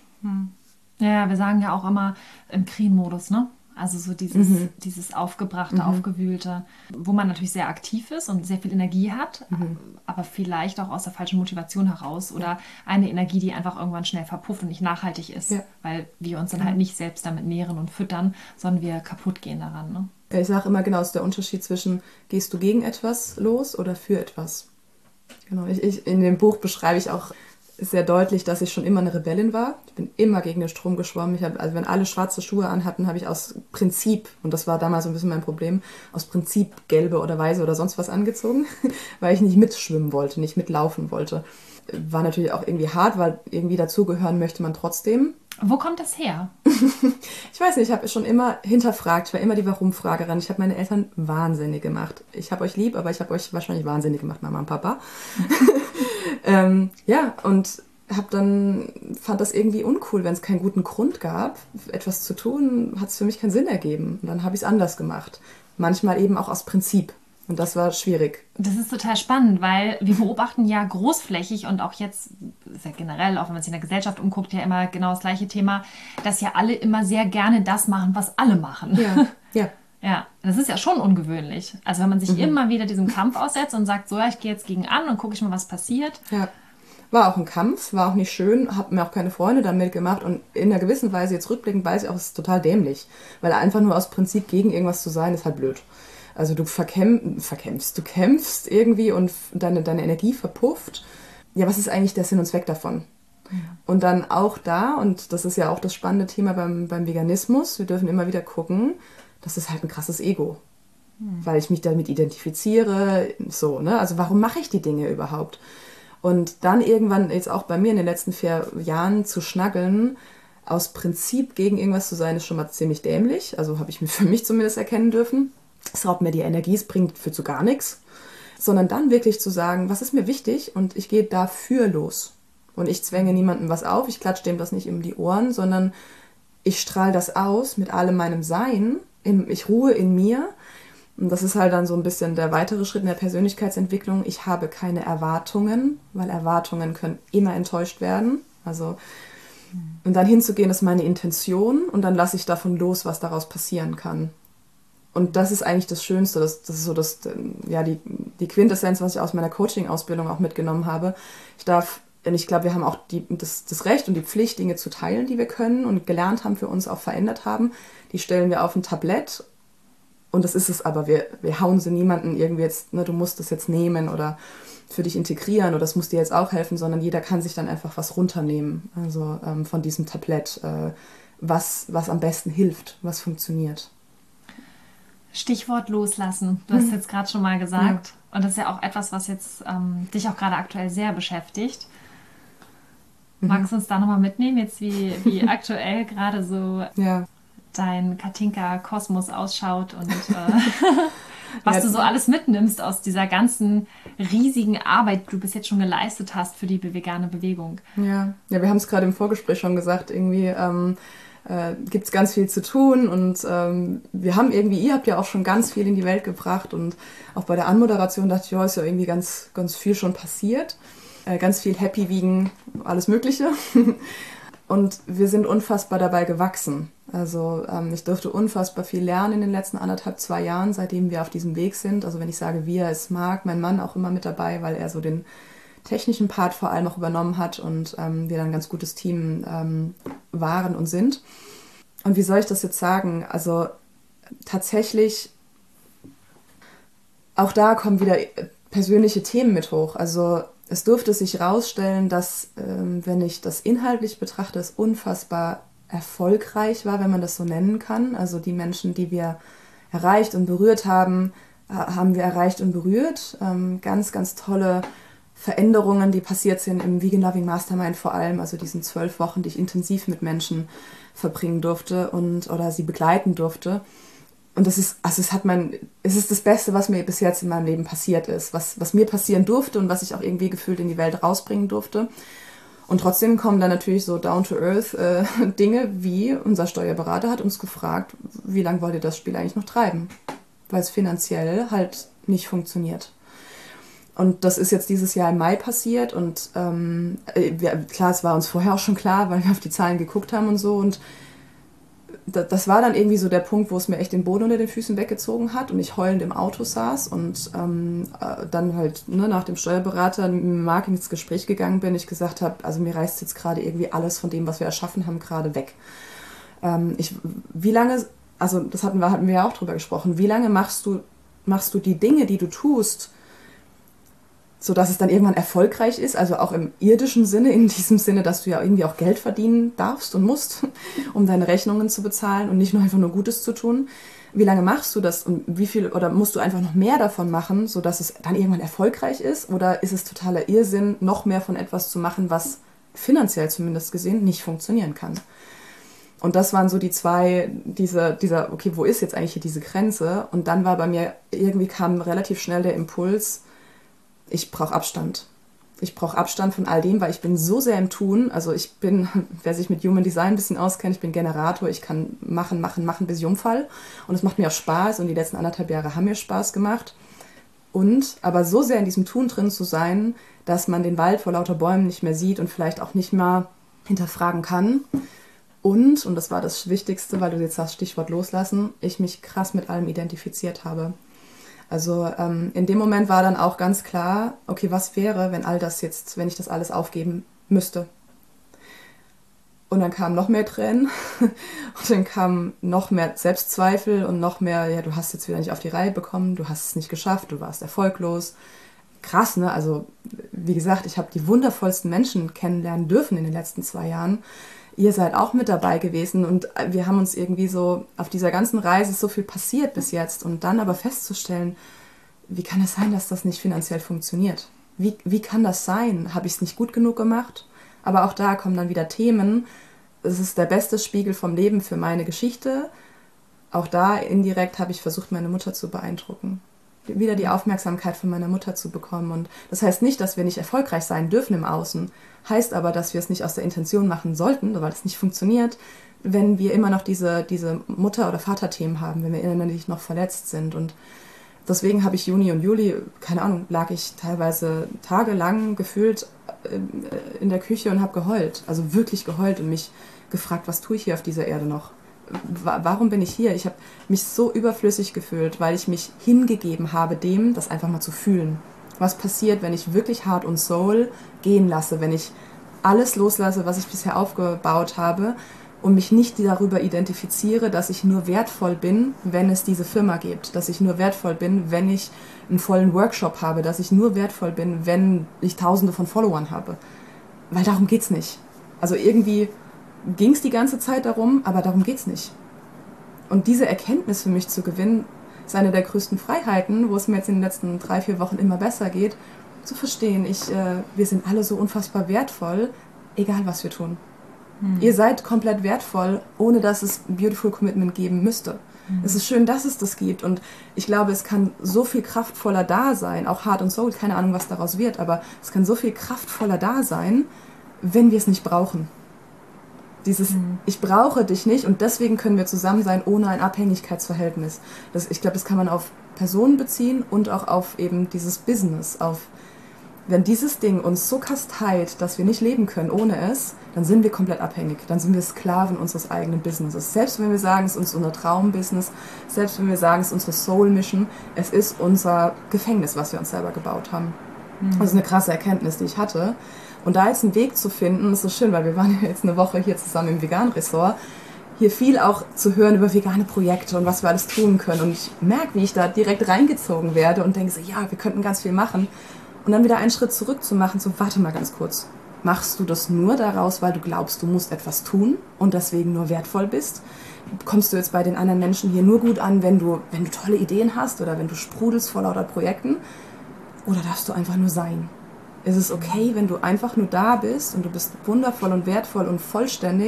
B: Ja, wir sagen ja auch immer im Krisenmodus, ne? Also so dieses, mhm. dieses aufgebrachte, mhm. aufgewühlte, wo man natürlich sehr aktiv ist und sehr viel Energie hat, mhm. aber vielleicht auch aus der falschen Motivation heraus oder eine Energie, die einfach irgendwann schnell verpufft und nicht nachhaltig ist, ja. weil wir uns dann halt nicht selbst damit nähren und füttern, sondern wir kaputt gehen daran. Ne?
A: Ich sage immer genau, es ist der Unterschied zwischen, gehst du gegen etwas los oder für etwas. Genau, ich, ich, in dem Buch beschreibe ich auch sehr deutlich, dass ich schon immer eine Rebellin war. Ich bin immer gegen den Strom geschwommen. Ich hab, also wenn alle schwarze Schuhe anhatten, habe ich aus Prinzip, und das war damals so ein bisschen mein Problem, aus Prinzip gelbe oder weiße oder sonst was angezogen, weil ich nicht mitschwimmen wollte, nicht mitlaufen wollte. War natürlich auch irgendwie hart, weil irgendwie dazugehören möchte man trotzdem.
B: Wo kommt das her?
A: Ich weiß nicht, ich habe schon immer hinterfragt, ich war immer die Warum-Fragerin. Ich habe meine Eltern wahnsinnig gemacht. Ich habe euch lieb, aber ich habe euch wahrscheinlich wahnsinnig gemacht, Mama und Papa. ähm, ja, und hab dann, fand das irgendwie uncool, wenn es keinen guten Grund gab, etwas zu tun, hat es für mich keinen Sinn ergeben. Und dann habe ich es anders gemacht. Manchmal eben auch aus Prinzip. Und das war schwierig.
B: Das ist total spannend, weil wir beobachten ja großflächig und auch jetzt, ist ja generell, auch wenn man sich in der Gesellschaft umguckt, ja immer genau das gleiche Thema, dass ja alle immer sehr gerne das machen, was alle machen.
A: Ja, ja.
B: Ja, das ist ja schon ungewöhnlich. Also wenn man sich
A: Mhm.
B: immer wieder diesem Kampf aussetzt und sagt, so, ja, ich gehe jetzt gegen an und gucke ich mal, was passiert.
A: Ja. War auch ein Kampf, war auch nicht schön, habe mir auch keine Freunde dann mitgemacht und in einer gewissen Weise, jetzt rückblickend weiß ich auch, es ist total dämlich, weil einfach nur aus Prinzip gegen irgendwas zu sein, ist halt blöd. Also du verkämp verkämpfst, du kämpfst irgendwie und deine, deine Energie verpufft. Ja, was ist eigentlich der Sinn und Zweck davon? Mhm. Und dann auch da, und das ist ja auch das spannende Thema beim, beim Veganismus, wir dürfen immer wieder gucken, das ist halt ein krasses Ego. Mhm. Weil ich mich damit identifiziere, so, ne? Also warum mache ich die Dinge überhaupt? Und dann irgendwann, jetzt auch bei mir in den letzten vier Jahren zu schnaggeln, aus Prinzip gegen irgendwas zu sein, ist schon mal ziemlich dämlich. Also habe ich mir für mich zumindest erkennen dürfen. Es raubt mir die Energie, es bringt für zu gar nichts. Sondern dann wirklich zu sagen, was ist mir wichtig und ich gehe dafür los. Und ich zwänge niemandem was auf, ich klatsche dem das nicht in die Ohren, sondern ich strahle das aus mit allem meinem Sein. Ich ruhe in mir. Und das ist halt dann so ein bisschen der weitere Schritt in der Persönlichkeitsentwicklung. Ich habe keine Erwartungen, weil Erwartungen können immer enttäuscht werden. Also, und dann hinzugehen, ist meine Intention und dann lasse ich davon los, was daraus passieren kann. Und das ist eigentlich das Schönste. Das, das ist so das, ja, die, die Quintessenz, was ich aus meiner Coaching-Ausbildung auch mitgenommen habe. Ich darf, und ich glaube, wir haben auch die, das, das Recht und die Pflicht, Dinge zu teilen, die wir können und gelernt haben, für uns auch verändert haben. Die stellen wir auf ein Tablett. Und das ist es aber, wir, wir hauen sie niemanden irgendwie jetzt, ne, du musst das jetzt nehmen oder für dich integrieren oder das muss dir jetzt auch helfen, sondern jeder kann sich dann einfach was runternehmen, also ähm, von diesem Tablett, äh, was, was am besten hilft, was funktioniert.
B: Stichwort loslassen, du hast es jetzt gerade schon mal gesagt. Ja. Und das ist ja auch etwas, was jetzt ähm, dich auch gerade aktuell sehr beschäftigt. Mhm. Magst du uns da nochmal mitnehmen, jetzt wie, wie aktuell gerade so... Ja. dein Katinka-Kosmos ausschaut und äh, was ja, du so alles mitnimmst aus dieser ganzen riesigen Arbeit, die du bis jetzt schon geleistet hast für die vegane Bewegung.
A: Ja, ja, wir haben es gerade im Vorgespräch schon gesagt, irgendwie ähm, äh, gibt es ganz viel zu tun und ähm, wir haben irgendwie, ihr habt ja auch schon ganz viel in die Welt gebracht und auch bei der Anmoderation dachte ich, ja, ist ja irgendwie ganz, ganz viel schon passiert. Äh, ganz viel Happy wiegen, alles Mögliche. Und wir sind unfassbar dabei gewachsen. Also ähm, ich durfte unfassbar viel lernen in den letzten anderthalb, zwei Jahren, seitdem wir auf diesem Weg sind. Also wenn ich sage wir, ist Marc, mein Mann, auch immer mit dabei, weil er so den technischen Part vor allem auch übernommen hat und ähm, wir dann ein ganz gutes Team ähm, waren und sind. Und wie soll ich das jetzt sagen? Also tatsächlich, auch da kommen wieder persönliche Themen mit hoch. Also es durfte sich herausstellen, dass, ähm, wenn ich das inhaltlich betrachte, es unfassbar erfolgreich war, wenn man das so nennen kann. Also die Menschen, die wir erreicht und berührt haben, äh, haben wir erreicht und berührt. Ähm, ganz, ganz tolle Veränderungen, die passiert sind im Vegan Loving Mastermind vor allem, also diesen zwölf Wochen, die ich intensiv mit Menschen verbringen durfte und oder sie begleiten durfte. Und das ist, also es hat mein, es ist das Beste, was mir bis jetzt in meinem Leben passiert ist, was, was mir passieren durfte und was ich auch irgendwie gefühlt in die Welt rausbringen durfte. Und trotzdem kommen dann natürlich so down-to-earth äh, Dinge wie, unser Steuerberater hat uns gefragt, wie lange wollt ihr das Spiel eigentlich noch treiben? Weil es finanziell halt nicht funktioniert. Und das ist jetzt dieses Jahr im Mai passiert und ähm, wir, klar, es war uns vorher auch schon klar, weil wir auf die Zahlen geguckt haben und so und das war dann irgendwie so der Punkt, wo es mir echt den Boden unter den Füßen weggezogen hat und ich heulend im Auto saß und ähm, dann halt ne, nach dem Steuerberater mit Marc ins Gespräch gegangen bin, ich gesagt habe, also mir reißt jetzt gerade irgendwie alles von dem, was wir erschaffen haben, gerade weg. Ähm, ich, wie lange, also das hatten wir, hatten wir ja auch drüber gesprochen, wie lange machst du, machst du die Dinge, die du tust, sodass es dann irgendwann erfolgreich ist, also auch im irdischen Sinne, in diesem Sinne, dass du ja irgendwie auch Geld verdienen darfst und musst, um deine Rechnungen zu bezahlen und nicht nur einfach nur Gutes zu tun. Wie lange machst du das und wie viel, oder musst du einfach noch mehr davon machen, sodass es dann irgendwann erfolgreich ist? Oder ist es totaler Irrsinn, noch mehr von etwas zu machen, was finanziell zumindest gesehen nicht funktionieren kann? Und das waren so die zwei, diese, dieser, okay, wo ist jetzt eigentlich hier diese Grenze? Und dann war bei mir, irgendwie kam relativ schnell der Impuls, ich brauche Abstand. Ich brauche Abstand von all dem, weil ich bin so sehr im Tun. Also ich bin, wer sich mit Human Design ein bisschen auskennt, ich bin Generator. Ich kann machen, machen, machen, bis ich umfall. Und es macht mir auch Spaß. Und die letzten anderthalb Jahre haben mir Spaß gemacht. Und aber so sehr in diesem Tun drin zu sein, dass man den Wald vor lauter Bäumen nicht mehr sieht und vielleicht auch nicht mal hinterfragen kann. Und, und das war das Wichtigste, weil du jetzt sagst, Stichwort loslassen, ich mich krass mit allem identifiziert habe. Also ähm, in dem Moment war dann auch ganz klar, okay, was wäre, wenn all das jetzt, wenn ich das alles aufgeben müsste? Und dann kamen noch mehr Tränen und dann kamen noch mehr Selbstzweifel und noch mehr, ja, du hast jetzt wieder nicht auf die Reihe bekommen, du hast es nicht geschafft, du warst erfolglos. Krass, ne? Also wie gesagt, ich habe die wundervollsten Menschen kennenlernen dürfen in den letzten zwei Jahren. Ihr seid auch mit dabei gewesen und wir haben uns irgendwie so, auf dieser ganzen Reise ist so viel passiert bis jetzt und dann aber festzustellen, wie kann es sein, dass das nicht finanziell funktioniert? Wie, wie kann das sein? Habe ich es nicht gut genug gemacht? Aber auch da kommen dann wieder Themen. Es ist der beste Spiegel vom Leben für meine Geschichte. Auch da indirekt habe ich versucht, meine Mutter zu beeindrucken. Wieder die Aufmerksamkeit von meiner Mutter zu bekommen. Und das heißt nicht, dass wir nicht erfolgreich sein dürfen im Außen. Heißt aber, dass wir es nicht aus der Intention machen sollten, weil es nicht funktioniert, wenn wir immer noch diese, diese Mutter- oder Vaterthemen haben, wenn wir innerlich noch verletzt sind. Und deswegen habe ich Juni und Juli, keine Ahnung, lag ich teilweise tagelang gefühlt in der Küche und habe geheult. Also wirklich geheult und mich gefragt, was tue ich hier auf dieser Erde noch? Warum bin ich hier? Ich habe mich so überflüssig gefühlt, weil ich mich hingegeben habe, dem das einfach mal zu fühlen. Was passiert, wenn ich wirklich Heart und Soul gehen lasse, wenn ich alles loslasse, was ich bisher aufgebaut habe und mich nicht darüber identifiziere, dass ich nur wertvoll bin, wenn es diese Firma gibt, dass ich nur wertvoll bin, wenn ich einen vollen Workshop habe, dass ich nur wertvoll bin, wenn ich Tausende von Followern habe. Weil darum geht's nicht. Also irgendwie ging es die ganze Zeit darum, aber darum geht's nicht. Und diese Erkenntnis für mich zu gewinnen, ist eine der größten Freiheiten, wo es mir jetzt in den letzten drei, vier Wochen immer besser geht, zu verstehen, ich, äh, wir sind alle so unfassbar wertvoll, egal was wir tun. Hm. Ihr seid komplett wertvoll, ohne dass es ein Beautiful Commitment geben müsste. Hm. Es ist schön, dass es das gibt und ich glaube, es kann so viel kraftvoller da sein, auch Heart und Soul, keine Ahnung, was daraus wird, aber es kann so viel kraftvoller da sein, wenn wir es nicht brauchen. Dieses, mhm. ich brauche dich nicht und deswegen können wir zusammen sein ohne ein Abhängigkeitsverhältnis. Das, ich glaube, das kann man auf Personen beziehen und auch auf eben dieses Business. Auf, wenn dieses Ding uns so kasteit, dass wir nicht leben können ohne es, dann sind wir komplett abhängig. Dann sind wir Sklaven unseres eigenen Businesses. Selbst wenn wir sagen, es ist unser Traumbusiness, selbst wenn wir sagen, es ist unsere Soul-Mission, es ist unser Gefängnis, was wir uns selber gebaut haben. Mhm. Das ist eine krasse Erkenntnis, die ich hatte. Und da jetzt einen Weg zu finden, ist so schön, weil wir waren ja jetzt eine Woche hier zusammen im Vegan-Ressort, hier viel auch zu hören über vegane Projekte und was wir alles tun können. Und ich merke, wie ich da direkt reingezogen werde und denke so, ja, wir könnten ganz viel machen. Und dann wieder einen Schritt zurück zu machen, so, warte mal ganz kurz. Machst du das nur daraus, weil du glaubst, du musst etwas tun und deswegen nur wertvoll bist? Kommst du jetzt bei den anderen Menschen hier nur gut an, wenn du, wenn du tolle Ideen hast oder wenn du sprudelst vor lauter Projekten? Oder darfst du einfach nur sein? Es ist okay, wenn du einfach nur da bist und du bist wundervoll und wertvoll und vollständig,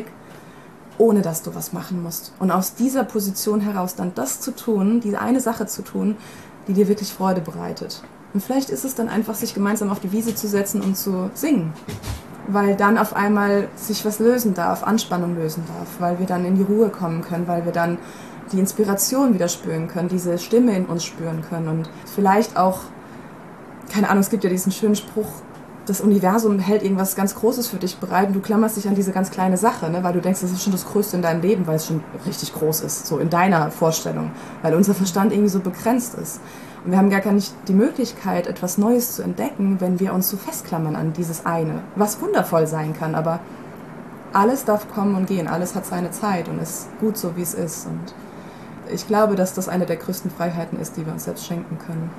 A: ohne dass du was machen musst. Und aus dieser Position heraus dann das zu tun, diese eine Sache zu tun, die dir wirklich Freude bereitet. Und vielleicht ist es dann einfach, sich gemeinsam auf die Wiese zu setzen und zu singen. Weil dann auf einmal sich was lösen darf, Anspannung lösen darf, weil wir dann in die Ruhe kommen können, weil wir dann die Inspiration wieder spüren können, diese Stimme in uns spüren können und vielleicht auch, keine Ahnung, es gibt ja diesen schönen Spruch, das Universum hält irgendwas ganz Großes für dich bereit und du klammerst dich an diese ganz kleine Sache, ne? Weil du denkst, das ist schon das Größte in deinem Leben, weil es schon richtig groß ist, so in deiner Vorstellung, weil unser Verstand irgendwie so begrenzt ist. Und wir haben gar nicht die Möglichkeit, etwas Neues zu entdecken, wenn wir uns so festklammern an dieses eine, was wundervoll sein kann, aber alles darf kommen und gehen, alles hat seine Zeit und ist gut so, wie es ist. Und ich glaube, dass das eine der größten Freiheiten ist, die wir uns selbst schenken können.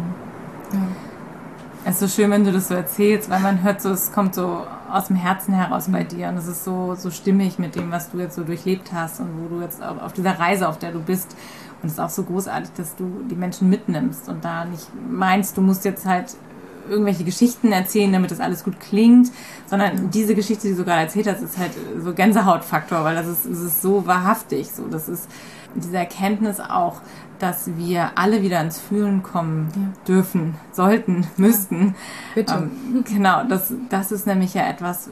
A: Mhm. Ja.
C: Es ist so schön, wenn du das so erzählst, weil man hört so, es kommt so aus dem Herzen heraus bei dir und es ist so, so stimmig mit dem, was du jetzt so durchlebt hast und wo du jetzt auf dieser Reise, auf der du bist. Und es ist auch so großartig, dass du die Menschen mitnimmst und da nicht meinst, du musst jetzt halt irgendwelche Geschichten erzählen, damit das alles gut klingt, sondern diese Geschichte, die du gerade erzählt hast, ist halt so Gänsehautfaktor, weil das ist, das ist so wahrhaftig. So, das ist diese Erkenntnis auch, dass wir alle wieder ins Fühlen kommen ja. dürfen, sollten, müssten. Ja, bitte. Ähm, genau, das, das ist nämlich ja etwas,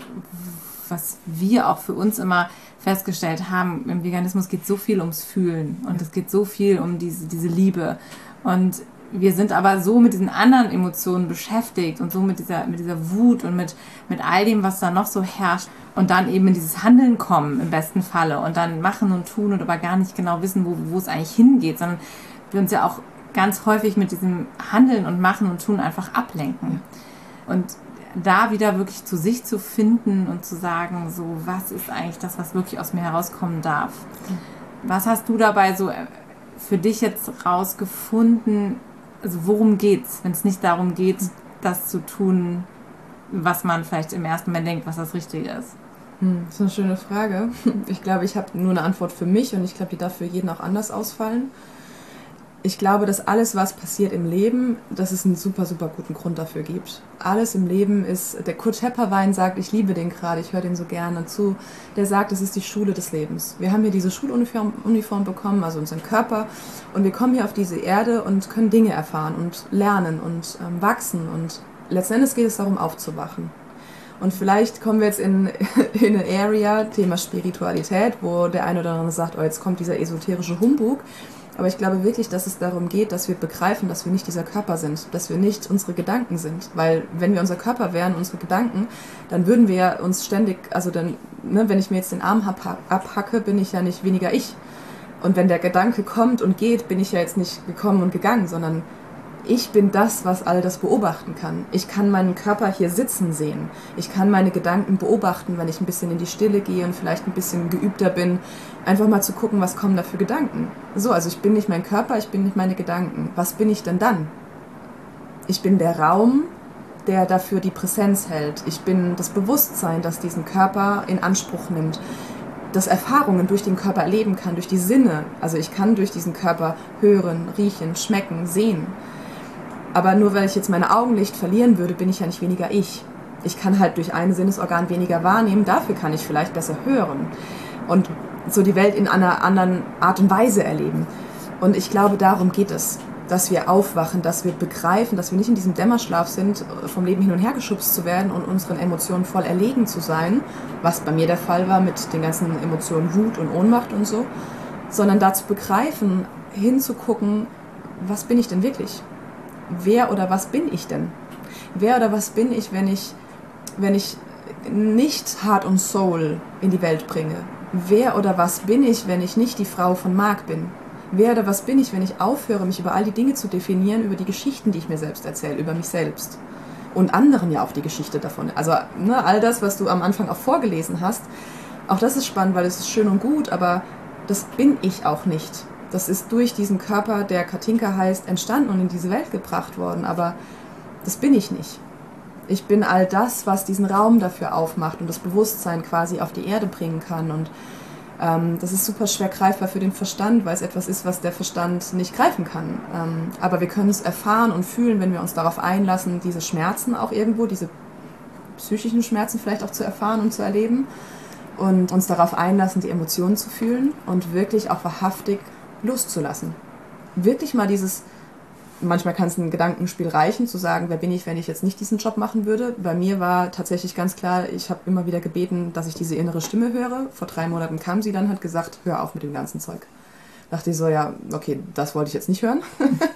C: was wir auch für uns immer festgestellt haben. Im Veganismus geht so viel ums Fühlen und ja. es geht so viel um diese, diese Liebe. Und wir sind aber so mit diesen anderen Emotionen beschäftigt und so mit dieser, mit dieser Wut und mit, mit all dem, was da noch so herrscht und dann eben in dieses Handeln kommen im besten Falle und dann machen und tun und aber gar nicht genau wissen, wo, wo es eigentlich hingeht, sondern wir uns ja auch ganz häufig mit diesem Handeln und Machen und Tun einfach ablenken. Und da wieder wirklich zu sich zu finden und zu sagen, so, was ist eigentlich das, was wirklich aus mir herauskommen darf? Was hast du dabei so für dich jetzt rausgefunden? Also worum geht's, wenn es nicht darum geht, das zu tun, was man vielleicht im ersten Moment denkt, was das Richtige ist?
A: Hm, das ist eine schöne Frage. Ich glaube, ich habe nur eine Antwort für mich und ich glaube, die darf für jeden auch anders ausfallen. Ich glaube, dass alles, was passiert im Leben, dass es einen super, super guten Grund dafür gibt. Alles im Leben ist, der Kurt Schepperwein sagt, ich liebe den gerade, ich höre den so gerne zu, der sagt, es ist die Schule des Lebens. Wir haben hier diese Schuluniform Uniform bekommen, also unseren Körper, und wir kommen hier auf diese Erde und können Dinge erfahren und lernen und ähm, wachsen und letzten Endes geht es darum, aufzuwachen. Und vielleicht kommen wir jetzt in, in eine Area, Thema Spiritualität, wo der eine oder andere sagt, oh, jetzt kommt dieser esoterische Humbug. Aber ich glaube wirklich, dass es darum geht, dass wir begreifen, dass wir nicht dieser Körper sind, dass wir nicht unsere Gedanken sind. Weil wenn wir unser Körper wären, unsere Gedanken, dann würden wir uns ständig, also dann, ne, wenn ich mir jetzt den Arm abhacke, bin ich ja nicht weniger ich. Und wenn der Gedanke kommt und geht, bin ich ja jetzt nicht gekommen und gegangen, sondern ich bin das, was all das beobachten kann. Ich kann meinen Körper hier sitzen sehen. Ich kann meine Gedanken beobachten, wenn ich ein bisschen in die Stille gehe und vielleicht ein bisschen geübter bin, einfach mal zu gucken, was kommen da für Gedanken. So, also ich bin nicht mein Körper, ich bin nicht meine Gedanken. Was bin ich denn dann? Ich bin der Raum, der dafür die Präsenz hält. Ich bin das Bewusstsein, das diesen Körper in Anspruch nimmt, das Erfahrungen durch den Körper erleben kann, durch die Sinne. Also ich kann durch diesen Körper hören, riechen, schmecken, sehen. Aber nur weil ich jetzt meine Augenlicht verlieren würde, bin ich ja nicht weniger ich. Ich kann halt durch ein Sinnesorgan weniger wahrnehmen, dafür kann ich vielleicht besser hören und so die Welt in einer anderen Art und Weise erleben. Und ich glaube, darum geht es, dass wir aufwachen, dass wir begreifen, dass wir nicht in diesem Dämmerschlaf sind, vom Leben hin und her geschubst zu werden und unseren Emotionen voll erlegen zu sein, was bei mir der Fall war mit den ganzen Emotionen Wut und Ohnmacht und so, sondern da zu begreifen, hinzugucken, was bin ich denn wirklich? Wer oder was bin ich denn? Wer oder was bin ich, wenn ich, wenn ich nicht Heart und Soul in die Welt bringe? Wer oder was bin ich, wenn ich nicht die Frau von Marc bin? Wer oder was bin ich, wenn ich aufhöre, mich über all die Dinge zu definieren, über die Geschichten, die ich mir selbst erzähle, über mich selbst? Und anderen ja auch die Geschichte davon. Also ne, all das, was du am Anfang auch vorgelesen hast, auch das ist spannend, weil es ist schön und gut, aber das bin ich auch nicht. Das ist durch diesen Körper, der Katinka heißt, entstanden und in diese Welt gebracht worden. Aber das bin ich nicht. Ich bin all das, was diesen Raum dafür aufmacht und das Bewusstsein quasi auf die Erde bringen kann. Und ähm, das ist super schwer greifbar für den Verstand, weil es etwas ist, was der Verstand nicht greifen kann. Ähm, aber wir können es erfahren und fühlen, wenn wir uns darauf einlassen, diese Schmerzen auch irgendwo, diese psychischen Schmerzen vielleicht auch zu erfahren und zu erleben. Und uns darauf einlassen, die Emotionen zu fühlen und wirklich auch wahrhaftig loszulassen. Wirklich mal dieses, manchmal kann es ein Gedankenspiel reichen, zu sagen, wer bin ich, wenn ich jetzt nicht diesen Job machen würde. Bei mir war tatsächlich ganz klar, ich habe immer wieder gebeten, dass ich diese innere Stimme höre. Vor drei Monaten kam sie dann, hat gesagt, hör auf mit dem ganzen Zeug. Dachte ich so, ja, okay, das wollte ich jetzt nicht hören.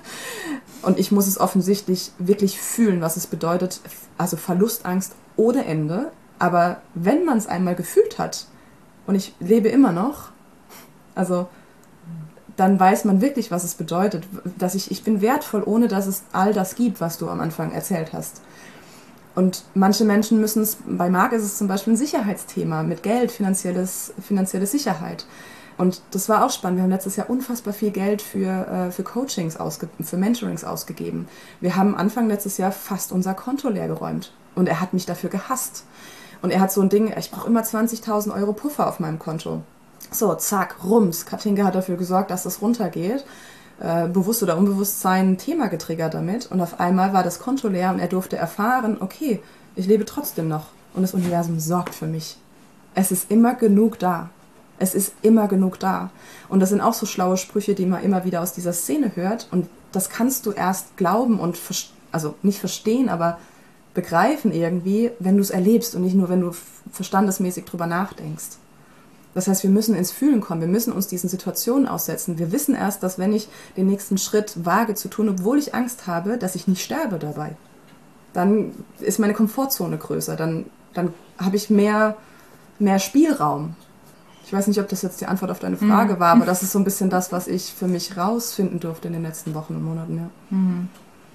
A: Und ich muss es offensichtlich wirklich fühlen, was es bedeutet, also Verlustangst ohne Ende. Aber wenn man es einmal gefühlt hat, und ich lebe immer noch, also dann weiß man wirklich, was es bedeutet, dass ich, ich bin wertvoll, ohne dass es all das gibt, was du am Anfang erzählt hast. Und manche Menschen müssen es, bei Marc ist es zum Beispiel ein Sicherheitsthema mit Geld, finanzielles, finanzielle Sicherheit. Und das war auch spannend. Wir haben letztes Jahr unfassbar viel Geld für, äh, für Coachings, ausge, für Mentorings ausgegeben. Wir haben Anfang letztes Jahr fast unser Konto leer geräumt. Und er hat mich dafür gehasst. Und er hat so ein Ding, ich brauche immer zwanzigtausend Euro Puffer auf meinem Konto. So, zack, rums. Katinka hat dafür gesorgt, dass das runtergeht. Äh, bewusst oder unbewusst sein Thema getriggert damit. Und auf einmal war das Konto leer und er durfte erfahren, okay, ich lebe trotzdem noch. Und das Universum sorgt für mich. Es ist immer genug da. Es ist immer genug da. Und das sind auch so schlaue Sprüche, die man immer wieder aus dieser Szene hört. Und das kannst du erst glauben und, also nicht verstehen, aber begreifen irgendwie, wenn du es erlebst und nicht nur, wenn du verstandesmäßig drüber nachdenkst. Das heißt, wir müssen ins Fühlen kommen, wir müssen uns diesen Situationen aussetzen. Wir wissen erst, dass wenn ich den nächsten Schritt wage zu tun, obwohl ich Angst habe, dass ich nicht sterbe dabei. Dann ist meine Komfortzone größer, dann, dann habe ich mehr, mehr Spielraum. Ich weiß nicht, ob das jetzt die Antwort auf deine Frage mhm. war, aber das ist so ein bisschen das, was ich für mich rausfinden durfte in den letzten Wochen und Monaten. Ja,
C: mhm.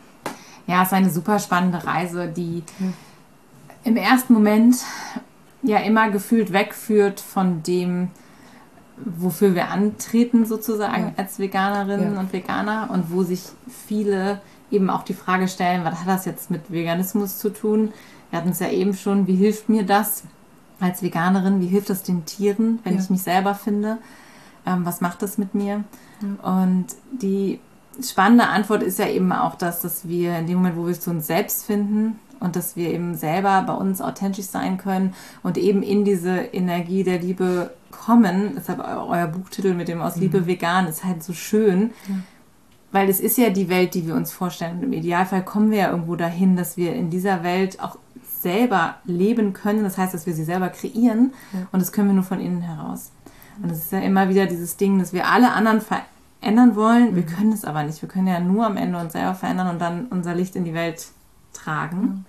C: ja, es ist eine super spannende Reise, die ja. im ersten Moment ja immer gefühlt wegführt von dem, wofür wir antreten sozusagen ja. als Veganerinnen ja. und Veganer und wo sich viele eben auch die Frage stellen, was hat das jetzt mit Veganismus zu tun? Wir hatten es ja eben schon, wie hilft mir das als Veganerin, wie hilft das den Tieren, wenn ja. ich mich selber finde? Ähm, was macht das mit mir? Ja. Und die spannende Antwort ist ja eben auch das, dass wir in dem Moment, wo wir zu uns selbst finden und dass wir eben selber bei uns authentisch sein können und eben in diese Energie der Liebe kommen. Deshalb euer Buchtitel mit dem Aus Liebe mhm. vegan ist halt so schön, ja. weil es ist ja die Welt, die wir uns vorstellen. Und im Idealfall kommen wir ja irgendwo dahin, dass wir in dieser Welt auch selber leben können. Das heißt, dass wir sie selber kreieren ja. und das können wir nur von innen heraus. Und es ist ja immer wieder dieses Ding, dass wir alle anderen verändern wollen. Mhm. Wir können es aber nicht. Wir können ja nur am Ende uns selber verändern und dann unser Licht in die Welt tragen, mhm.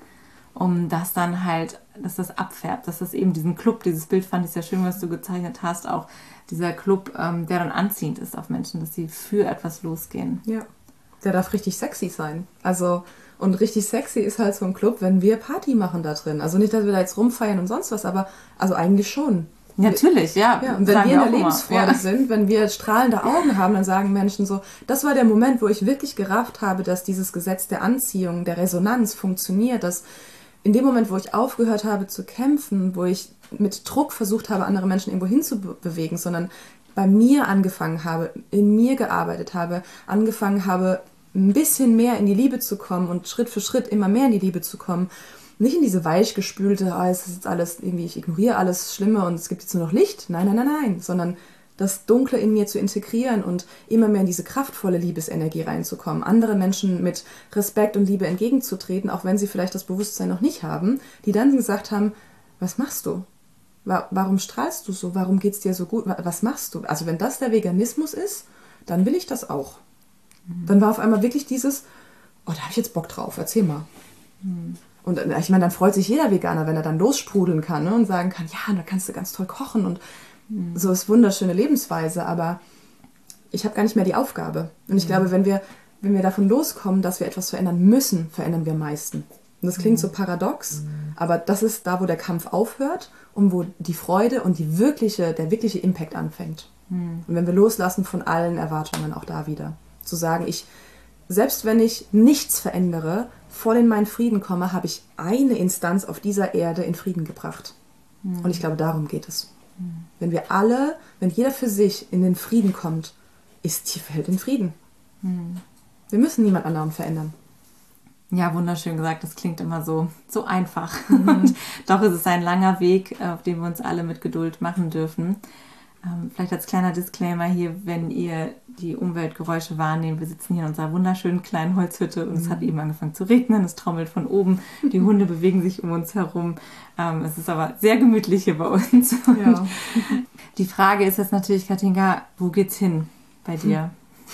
C: um das dann halt, dass das abfärbt, dass das eben diesen Club, dieses Bild fand ich sehr schön, was du gezeichnet hast, auch dieser Club, ähm, der dann anziehend ist auf Menschen, dass sie für etwas losgehen.
A: Ja, der darf richtig sexy sein. Also, und richtig sexy ist halt so ein Club, wenn wir Party machen da drin. Also nicht, dass wir da jetzt rumfeiern und sonst was, aber also eigentlich schon.
C: Natürlich, ja.
A: ja und wenn wir in der Lebensfreude ja. sind, wenn wir strahlende Augen haben, dann sagen Menschen so, das war der Moment, wo ich wirklich gerafft habe, dass dieses Gesetz der Anziehung, der Resonanz funktioniert, dass in dem Moment, wo ich aufgehört habe zu kämpfen, wo ich mit Druck versucht habe, andere Menschen irgendwo hinzubewegen, sondern bei mir angefangen habe, in mir gearbeitet habe, angefangen habe, ein bisschen mehr in die Liebe zu kommen und Schritt für Schritt immer mehr in die Liebe zu kommen, nicht in diese weichgespülte, ah, es ist jetzt alles irgendwie, ich ignoriere alles Schlimme und es gibt jetzt nur noch Licht. Nein, nein, nein, nein, sondern das Dunkle in mir zu integrieren und immer mehr in diese kraftvolle Liebesenergie reinzukommen, andere Menschen mit Respekt und Liebe entgegenzutreten, auch wenn sie vielleicht das Bewusstsein noch nicht haben, die dann gesagt haben, was machst du? Warum strahlst du so? Warum geht es dir so gut? Was machst du? Also wenn das der Veganismus ist, dann will ich das auch. Mhm. Dann war auf einmal wirklich dieses, oh, da habe ich jetzt Bock drauf, erzähl mal. Mhm. Und ich meine, dann freut sich jeder Veganer, wenn er dann lossprudeln kann, ne, und sagen kann, ja, da kannst du ganz toll kochen und mhm. so ist wunderschöne Lebensweise, aber ich habe gar nicht mehr die Aufgabe. Und ich mhm. glaube, wenn wir, wenn wir davon loskommen, dass wir etwas verändern müssen, verändern wir am meisten. Und das klingt mhm. so paradox, mhm. aber das ist da, wo der Kampf aufhört und wo die Freude und die wirkliche, der wirkliche Impact anfängt. Mhm. Und wenn wir loslassen von allen Erwartungen, auch da wieder. Zu sagen, ich, selbst wenn ich nichts verändere, voll in meinen Frieden komme, habe ich eine Instanz auf dieser Erde in Frieden gebracht. Mhm. Und ich glaube, darum geht es. Mhm. Wenn wir alle, wenn jeder für sich in den Frieden kommt, ist die Welt in Frieden. Mhm. Wir müssen niemand anderen verändern.
C: Ja, wunderschön gesagt. Das klingt immer so, so einfach. Mhm. Und doch ist es ein langer Weg, auf den wir uns alle mit Geduld machen dürfen. Ähm, vielleicht als kleiner Disclaimer hier, wenn ihr die Umweltgeräusche wahrnehmt. Wir sitzen hier in unserer wunderschönen kleinen Holzhütte und mhm. es hat eben angefangen zu regnen. Es trommelt von oben. Die Hunde bewegen sich um uns herum. Ähm, es ist aber sehr gemütlich hier bei uns. Ja. Die Frage ist jetzt natürlich, Katinka, wo geht's hin bei dir?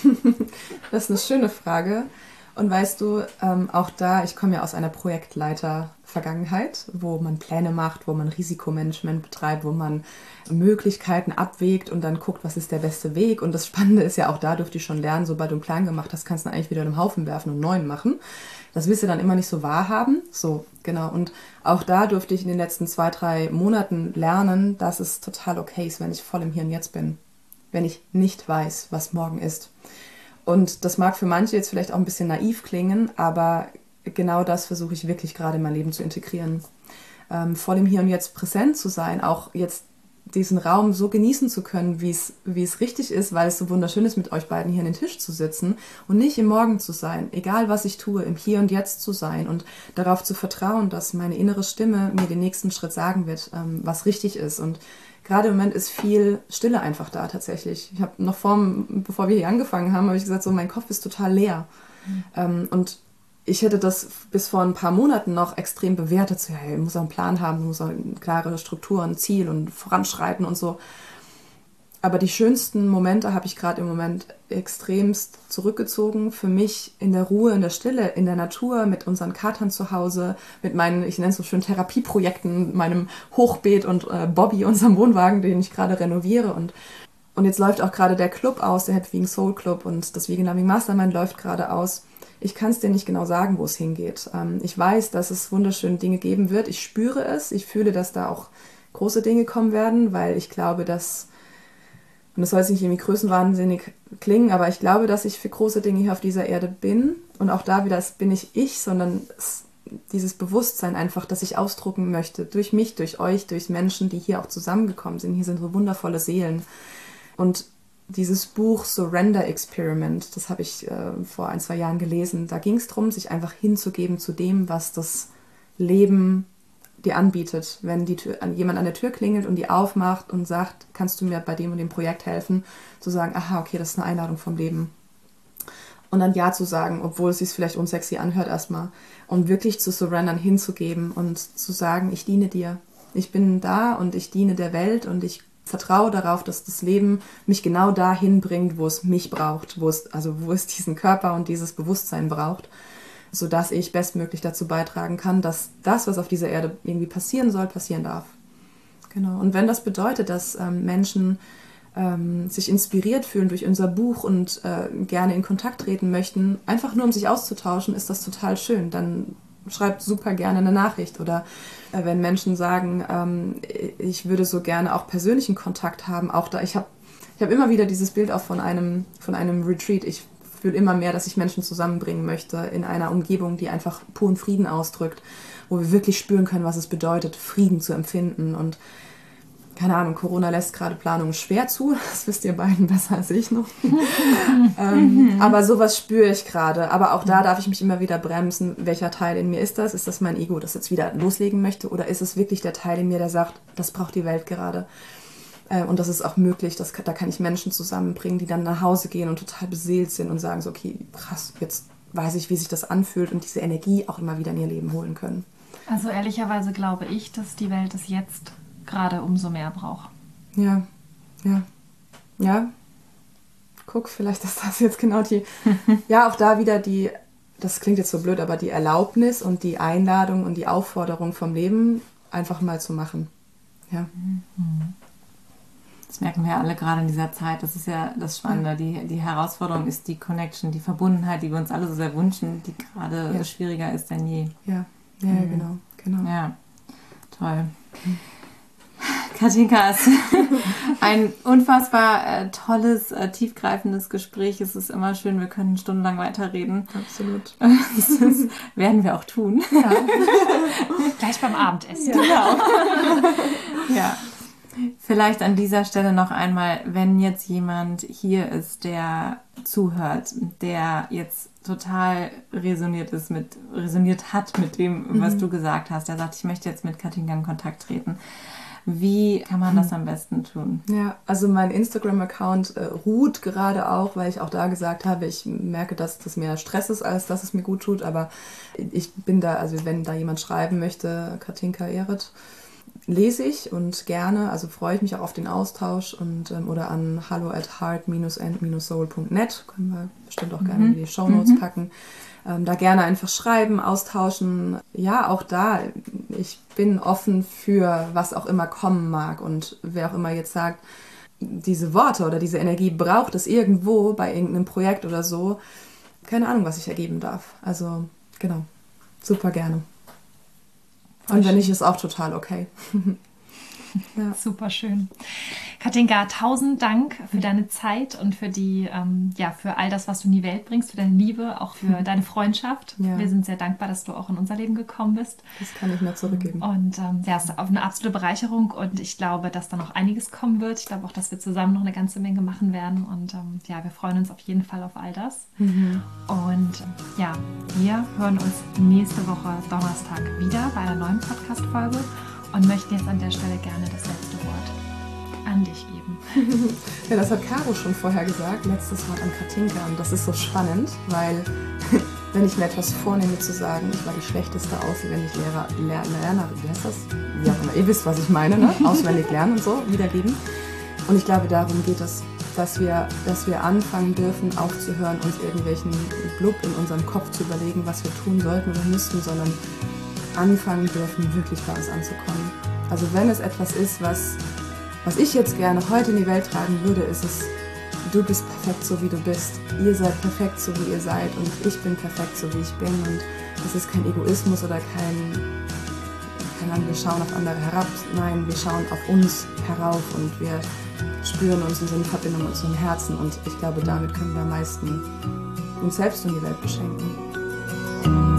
A: Das ist eine schöne Frage. Und weißt du, ähm, auch da, ich komme ja aus einer Projektleiter-Vergangenheit, wo man Pläne macht, wo man Risikomanagement betreibt, wo man Möglichkeiten abwägt und dann guckt, was ist der beste Weg. Und das Spannende ist ja, auch da durfte ich schon lernen, sobald du einen Plan gemacht hast, kannst du eigentlich wieder in einen Haufen werfen und einen neuen machen. Das willst du dann immer nicht so wahrhaben. So, genau. Und auch da durfte ich in den letzten zwei, drei Monaten lernen, dass es total okay ist, wenn ich voll im Hier und Jetzt bin. Wenn ich nicht weiß, was morgen ist. Und das mag für manche jetzt vielleicht auch ein bisschen naiv klingen, aber genau das versuche ich wirklich gerade in mein Leben zu integrieren. Ähm, voll im Hier und Jetzt präsent zu sein, auch jetzt diesen Raum so genießen zu können, wie es wie es richtig ist, weil es so wunderschön ist, mit euch beiden hier an den Tisch zu sitzen und nicht im Morgen zu sein, egal was ich tue, im Hier und Jetzt zu sein und darauf zu vertrauen, dass meine innere Stimme mir den nächsten Schritt sagen wird, ähm, was richtig ist. Und gerade im Moment ist viel Stille einfach da tatsächlich. Ich habe noch vor, bevor wir hier angefangen haben, habe ich gesagt, so mein Kopf ist total leer. Mhm. Ähm, und ich hätte das bis vor ein paar Monaten noch extrem bewertet. So, ja, ich muss auch einen Plan haben, muss auch eine klare Struktur, ein Ziel und voranschreiten und so. aber die schönsten Momente habe ich gerade im Moment extremst zurückgezogen. Für mich in der Ruhe, in der Stille, in der Natur, mit unseren Katern zu Hause, mit meinen, ich nenne es so schön, Therapieprojekten, meinem Hochbeet und äh, Bobby, unserem Wohnwagen, den ich gerade renoviere. Und, und jetzt läuft auch gerade der Club aus, der Happy Vegan Soul Club, und das Vegan Loving Mastermind läuft gerade aus. Ich kann es dir nicht genau sagen, wo es hingeht. Ähm, ich weiß, dass es wunderschöne Dinge geben wird. Ich spüre es. Ich fühle, dass da auch große Dinge kommen werden, weil ich glaube, dass, und das soll jetzt nicht irgendwie größenwahnsinnig klingen, aber ich glaube, dass ich für große Dinge hier auf dieser Erde bin. Und auch da wieder, es bin nicht ich, sondern es, dieses Bewusstsein einfach, das ich ausdrucken möchte. Durch mich, durch euch, durch Menschen, die hier auch zusammengekommen sind. Hier sind so wundervolle Seelen. Und dieses Buch Surrender Experiment, das habe ich äh, vor ein, zwei Jahren gelesen. Da ging es darum, sich einfach hinzugeben zu dem, was das Leben dir anbietet. Wenn die Tür, jemand an der Tür klingelt und die aufmacht und sagt, kannst du mir bei dem und dem Projekt helfen, zu sagen, aha, okay, das ist eine Einladung vom Leben. Und dann Ja zu sagen, obwohl es sich vielleicht unsexy anhört erstmal. Und wirklich zu surrendern, hinzugeben und zu sagen, ich diene dir. Ich bin da und ich diene der Welt und ich vertraue darauf, dass das Leben mich genau dahin bringt, wo es mich braucht, wo es, also wo es diesen Körper und dieses Bewusstsein braucht, sodass ich bestmöglich dazu beitragen kann, dass das, was auf dieser Erde irgendwie passieren soll, passieren darf. Genau. Und wenn das bedeutet, dass ähm, Menschen ähm, sich inspiriert fühlen durch unser Buch und äh, gerne in Kontakt treten möchten, einfach nur um sich auszutauschen, ist das total schön. Dann schreibt super gerne eine Nachricht. Oder äh, wenn Menschen sagen, ähm, ich würde so gerne auch persönlichen Kontakt haben, auch da, ich habe ich hab immer wieder dieses Bild auch von einem, von einem Retreat. Ich fühle immer mehr, dass ich Menschen zusammenbringen möchte in einer Umgebung, die einfach puren Frieden ausdrückt, wo wir wirklich spüren können, was es bedeutet, Frieden zu empfinden. Und keine Ahnung, Corona lässt gerade Planungen schwer zu, das wisst ihr beiden besser als ich noch. ähm, aber sowas spüre ich gerade. Aber auch da darf ich mich immer wieder bremsen, welcher Teil in mir ist das? Ist das mein Ego, das jetzt wieder loslegen möchte? Oder ist es wirklich der Teil in mir, der sagt, das braucht die Welt gerade? Äh, und das ist auch möglich, das, da kann ich Menschen zusammenbringen, die dann nach Hause gehen und total beseelt sind und sagen so, okay, krass, jetzt weiß ich, wie sich das anfühlt, und diese Energie auch immer wieder in ihr Leben holen können.
B: Also ehrlicherweise glaube ich, dass die Welt es jetzt gerade umso mehr braucht.
A: Ja, ja, ja. Guck, vielleicht ist das jetzt genau die, ja, auch da wieder die, das klingt jetzt so blöd, aber die Erlaubnis und die Einladung und die Aufforderung vom Leben einfach mal zu machen. Ja.
C: Das merken wir ja alle gerade in dieser Zeit. Das ist ja das Spannende. Ja. Die, die Herausforderung ist die Connection, die Verbundenheit, die wir uns alle so sehr wünschen, die gerade ja. schwieriger ist denn je.
A: Ja, ja, mhm. genau, genau.
C: Ja, toll. Mhm. Katinka, es ist ein unfassbar äh, tolles, äh, tiefgreifendes Gespräch. Es ist immer schön, wir können stundenlang weiterreden.
A: Absolut.
C: Das ist, werden wir auch tun.
B: Ja. Gleich beim Abendessen.
C: Ja. Genau. Ja. Vielleicht an dieser Stelle noch einmal, wenn jetzt jemand hier ist, der zuhört, der jetzt total resoniert ist mit, resoniert hat mit dem, was mhm. du gesagt hast, der sagt, ich möchte jetzt mit Katinka in Kontakt treten. Wie kann man das am besten tun?
A: Ja, also mein Instagram-Account äh, ruht gerade auch, weil ich auch da gesagt habe, ich merke, dass das mehr Stress ist, als dass es mir gut tut. Aber ich bin da, also wenn da jemand schreiben möchte, Katinka Ehret, lese ich und gerne, also freue ich mich auch auf den Austausch und ähm, oder an hallo at heart dash and dash soul dot net, können wir bestimmt auch gerne mhm. in die Shownotes mhm. packen. Ähm, da gerne einfach schreiben, austauschen. Ja, auch da, ich bin offen für was auch immer kommen mag, und wer auch immer jetzt sagt, diese Worte oder diese Energie braucht es irgendwo bei irgendeinem Projekt oder so, keine Ahnung, was ich ergeben darf. Also genau, super gerne. Und wenn nicht, ist auch total okay.
B: Ja. Super schön. Katinka, tausend Dank für deine Zeit und für die, ähm, ja, für all das, was du in die Welt bringst, für deine Liebe, auch für deine Freundschaft. Ja. Wir sind sehr dankbar, dass du auch in unser Leben gekommen bist.
A: Das kann ich nur zurückgeben.
B: Und ähm, ja, es ist eine absolute Bereicherung, und ich glaube, dass da noch einiges kommen wird. Ich glaube auch, dass wir zusammen noch eine ganze Menge machen werden, und ähm, ja, wir freuen uns auf jeden Fall auf all das. Mhm. Und ja, wir hören uns nächste Woche Donnerstag wieder bei einer neuen Podcast-Folge. Und möchten jetzt an der Stelle gerne das letzte Wort an dich geben.
A: Ja, das hat Caro schon vorher gesagt, letztes Wort an Katinka. Und das ist so spannend, weil wenn ich mir etwas vornehme zu sagen, ich war die schlechteste Auswendiglehrer, Ler- Lernerin, wie heißt das? Wie auch immer, ihr wisst, was ich meine, ne? Auswendig lernen und so, wiedergeben. Und ich glaube, darum geht es, dass wir, dass wir anfangen dürfen, aufzuhören, uns irgendwelchen Blub in unserem Kopf zu überlegen, was wir tun sollten oder müssten, sondern anfangen dürfen, wirklich bei uns anzukommen. Also wenn es etwas ist, was, was ich jetzt gerne heute in die Welt tragen würde, ist es, du bist perfekt, so wie du bist. Ihr seid perfekt, so wie ihr seid. Und ich bin perfekt, so wie ich bin. Und es ist kein Egoismus oder kein, keine Ahnung, wir schauen auf andere herab. Nein, wir schauen auf uns herauf und wir spüren uns und sind in Verbindung mit unserem Herzen. Und ich glaube, damit können wir am meisten uns selbst und die Welt beschenken.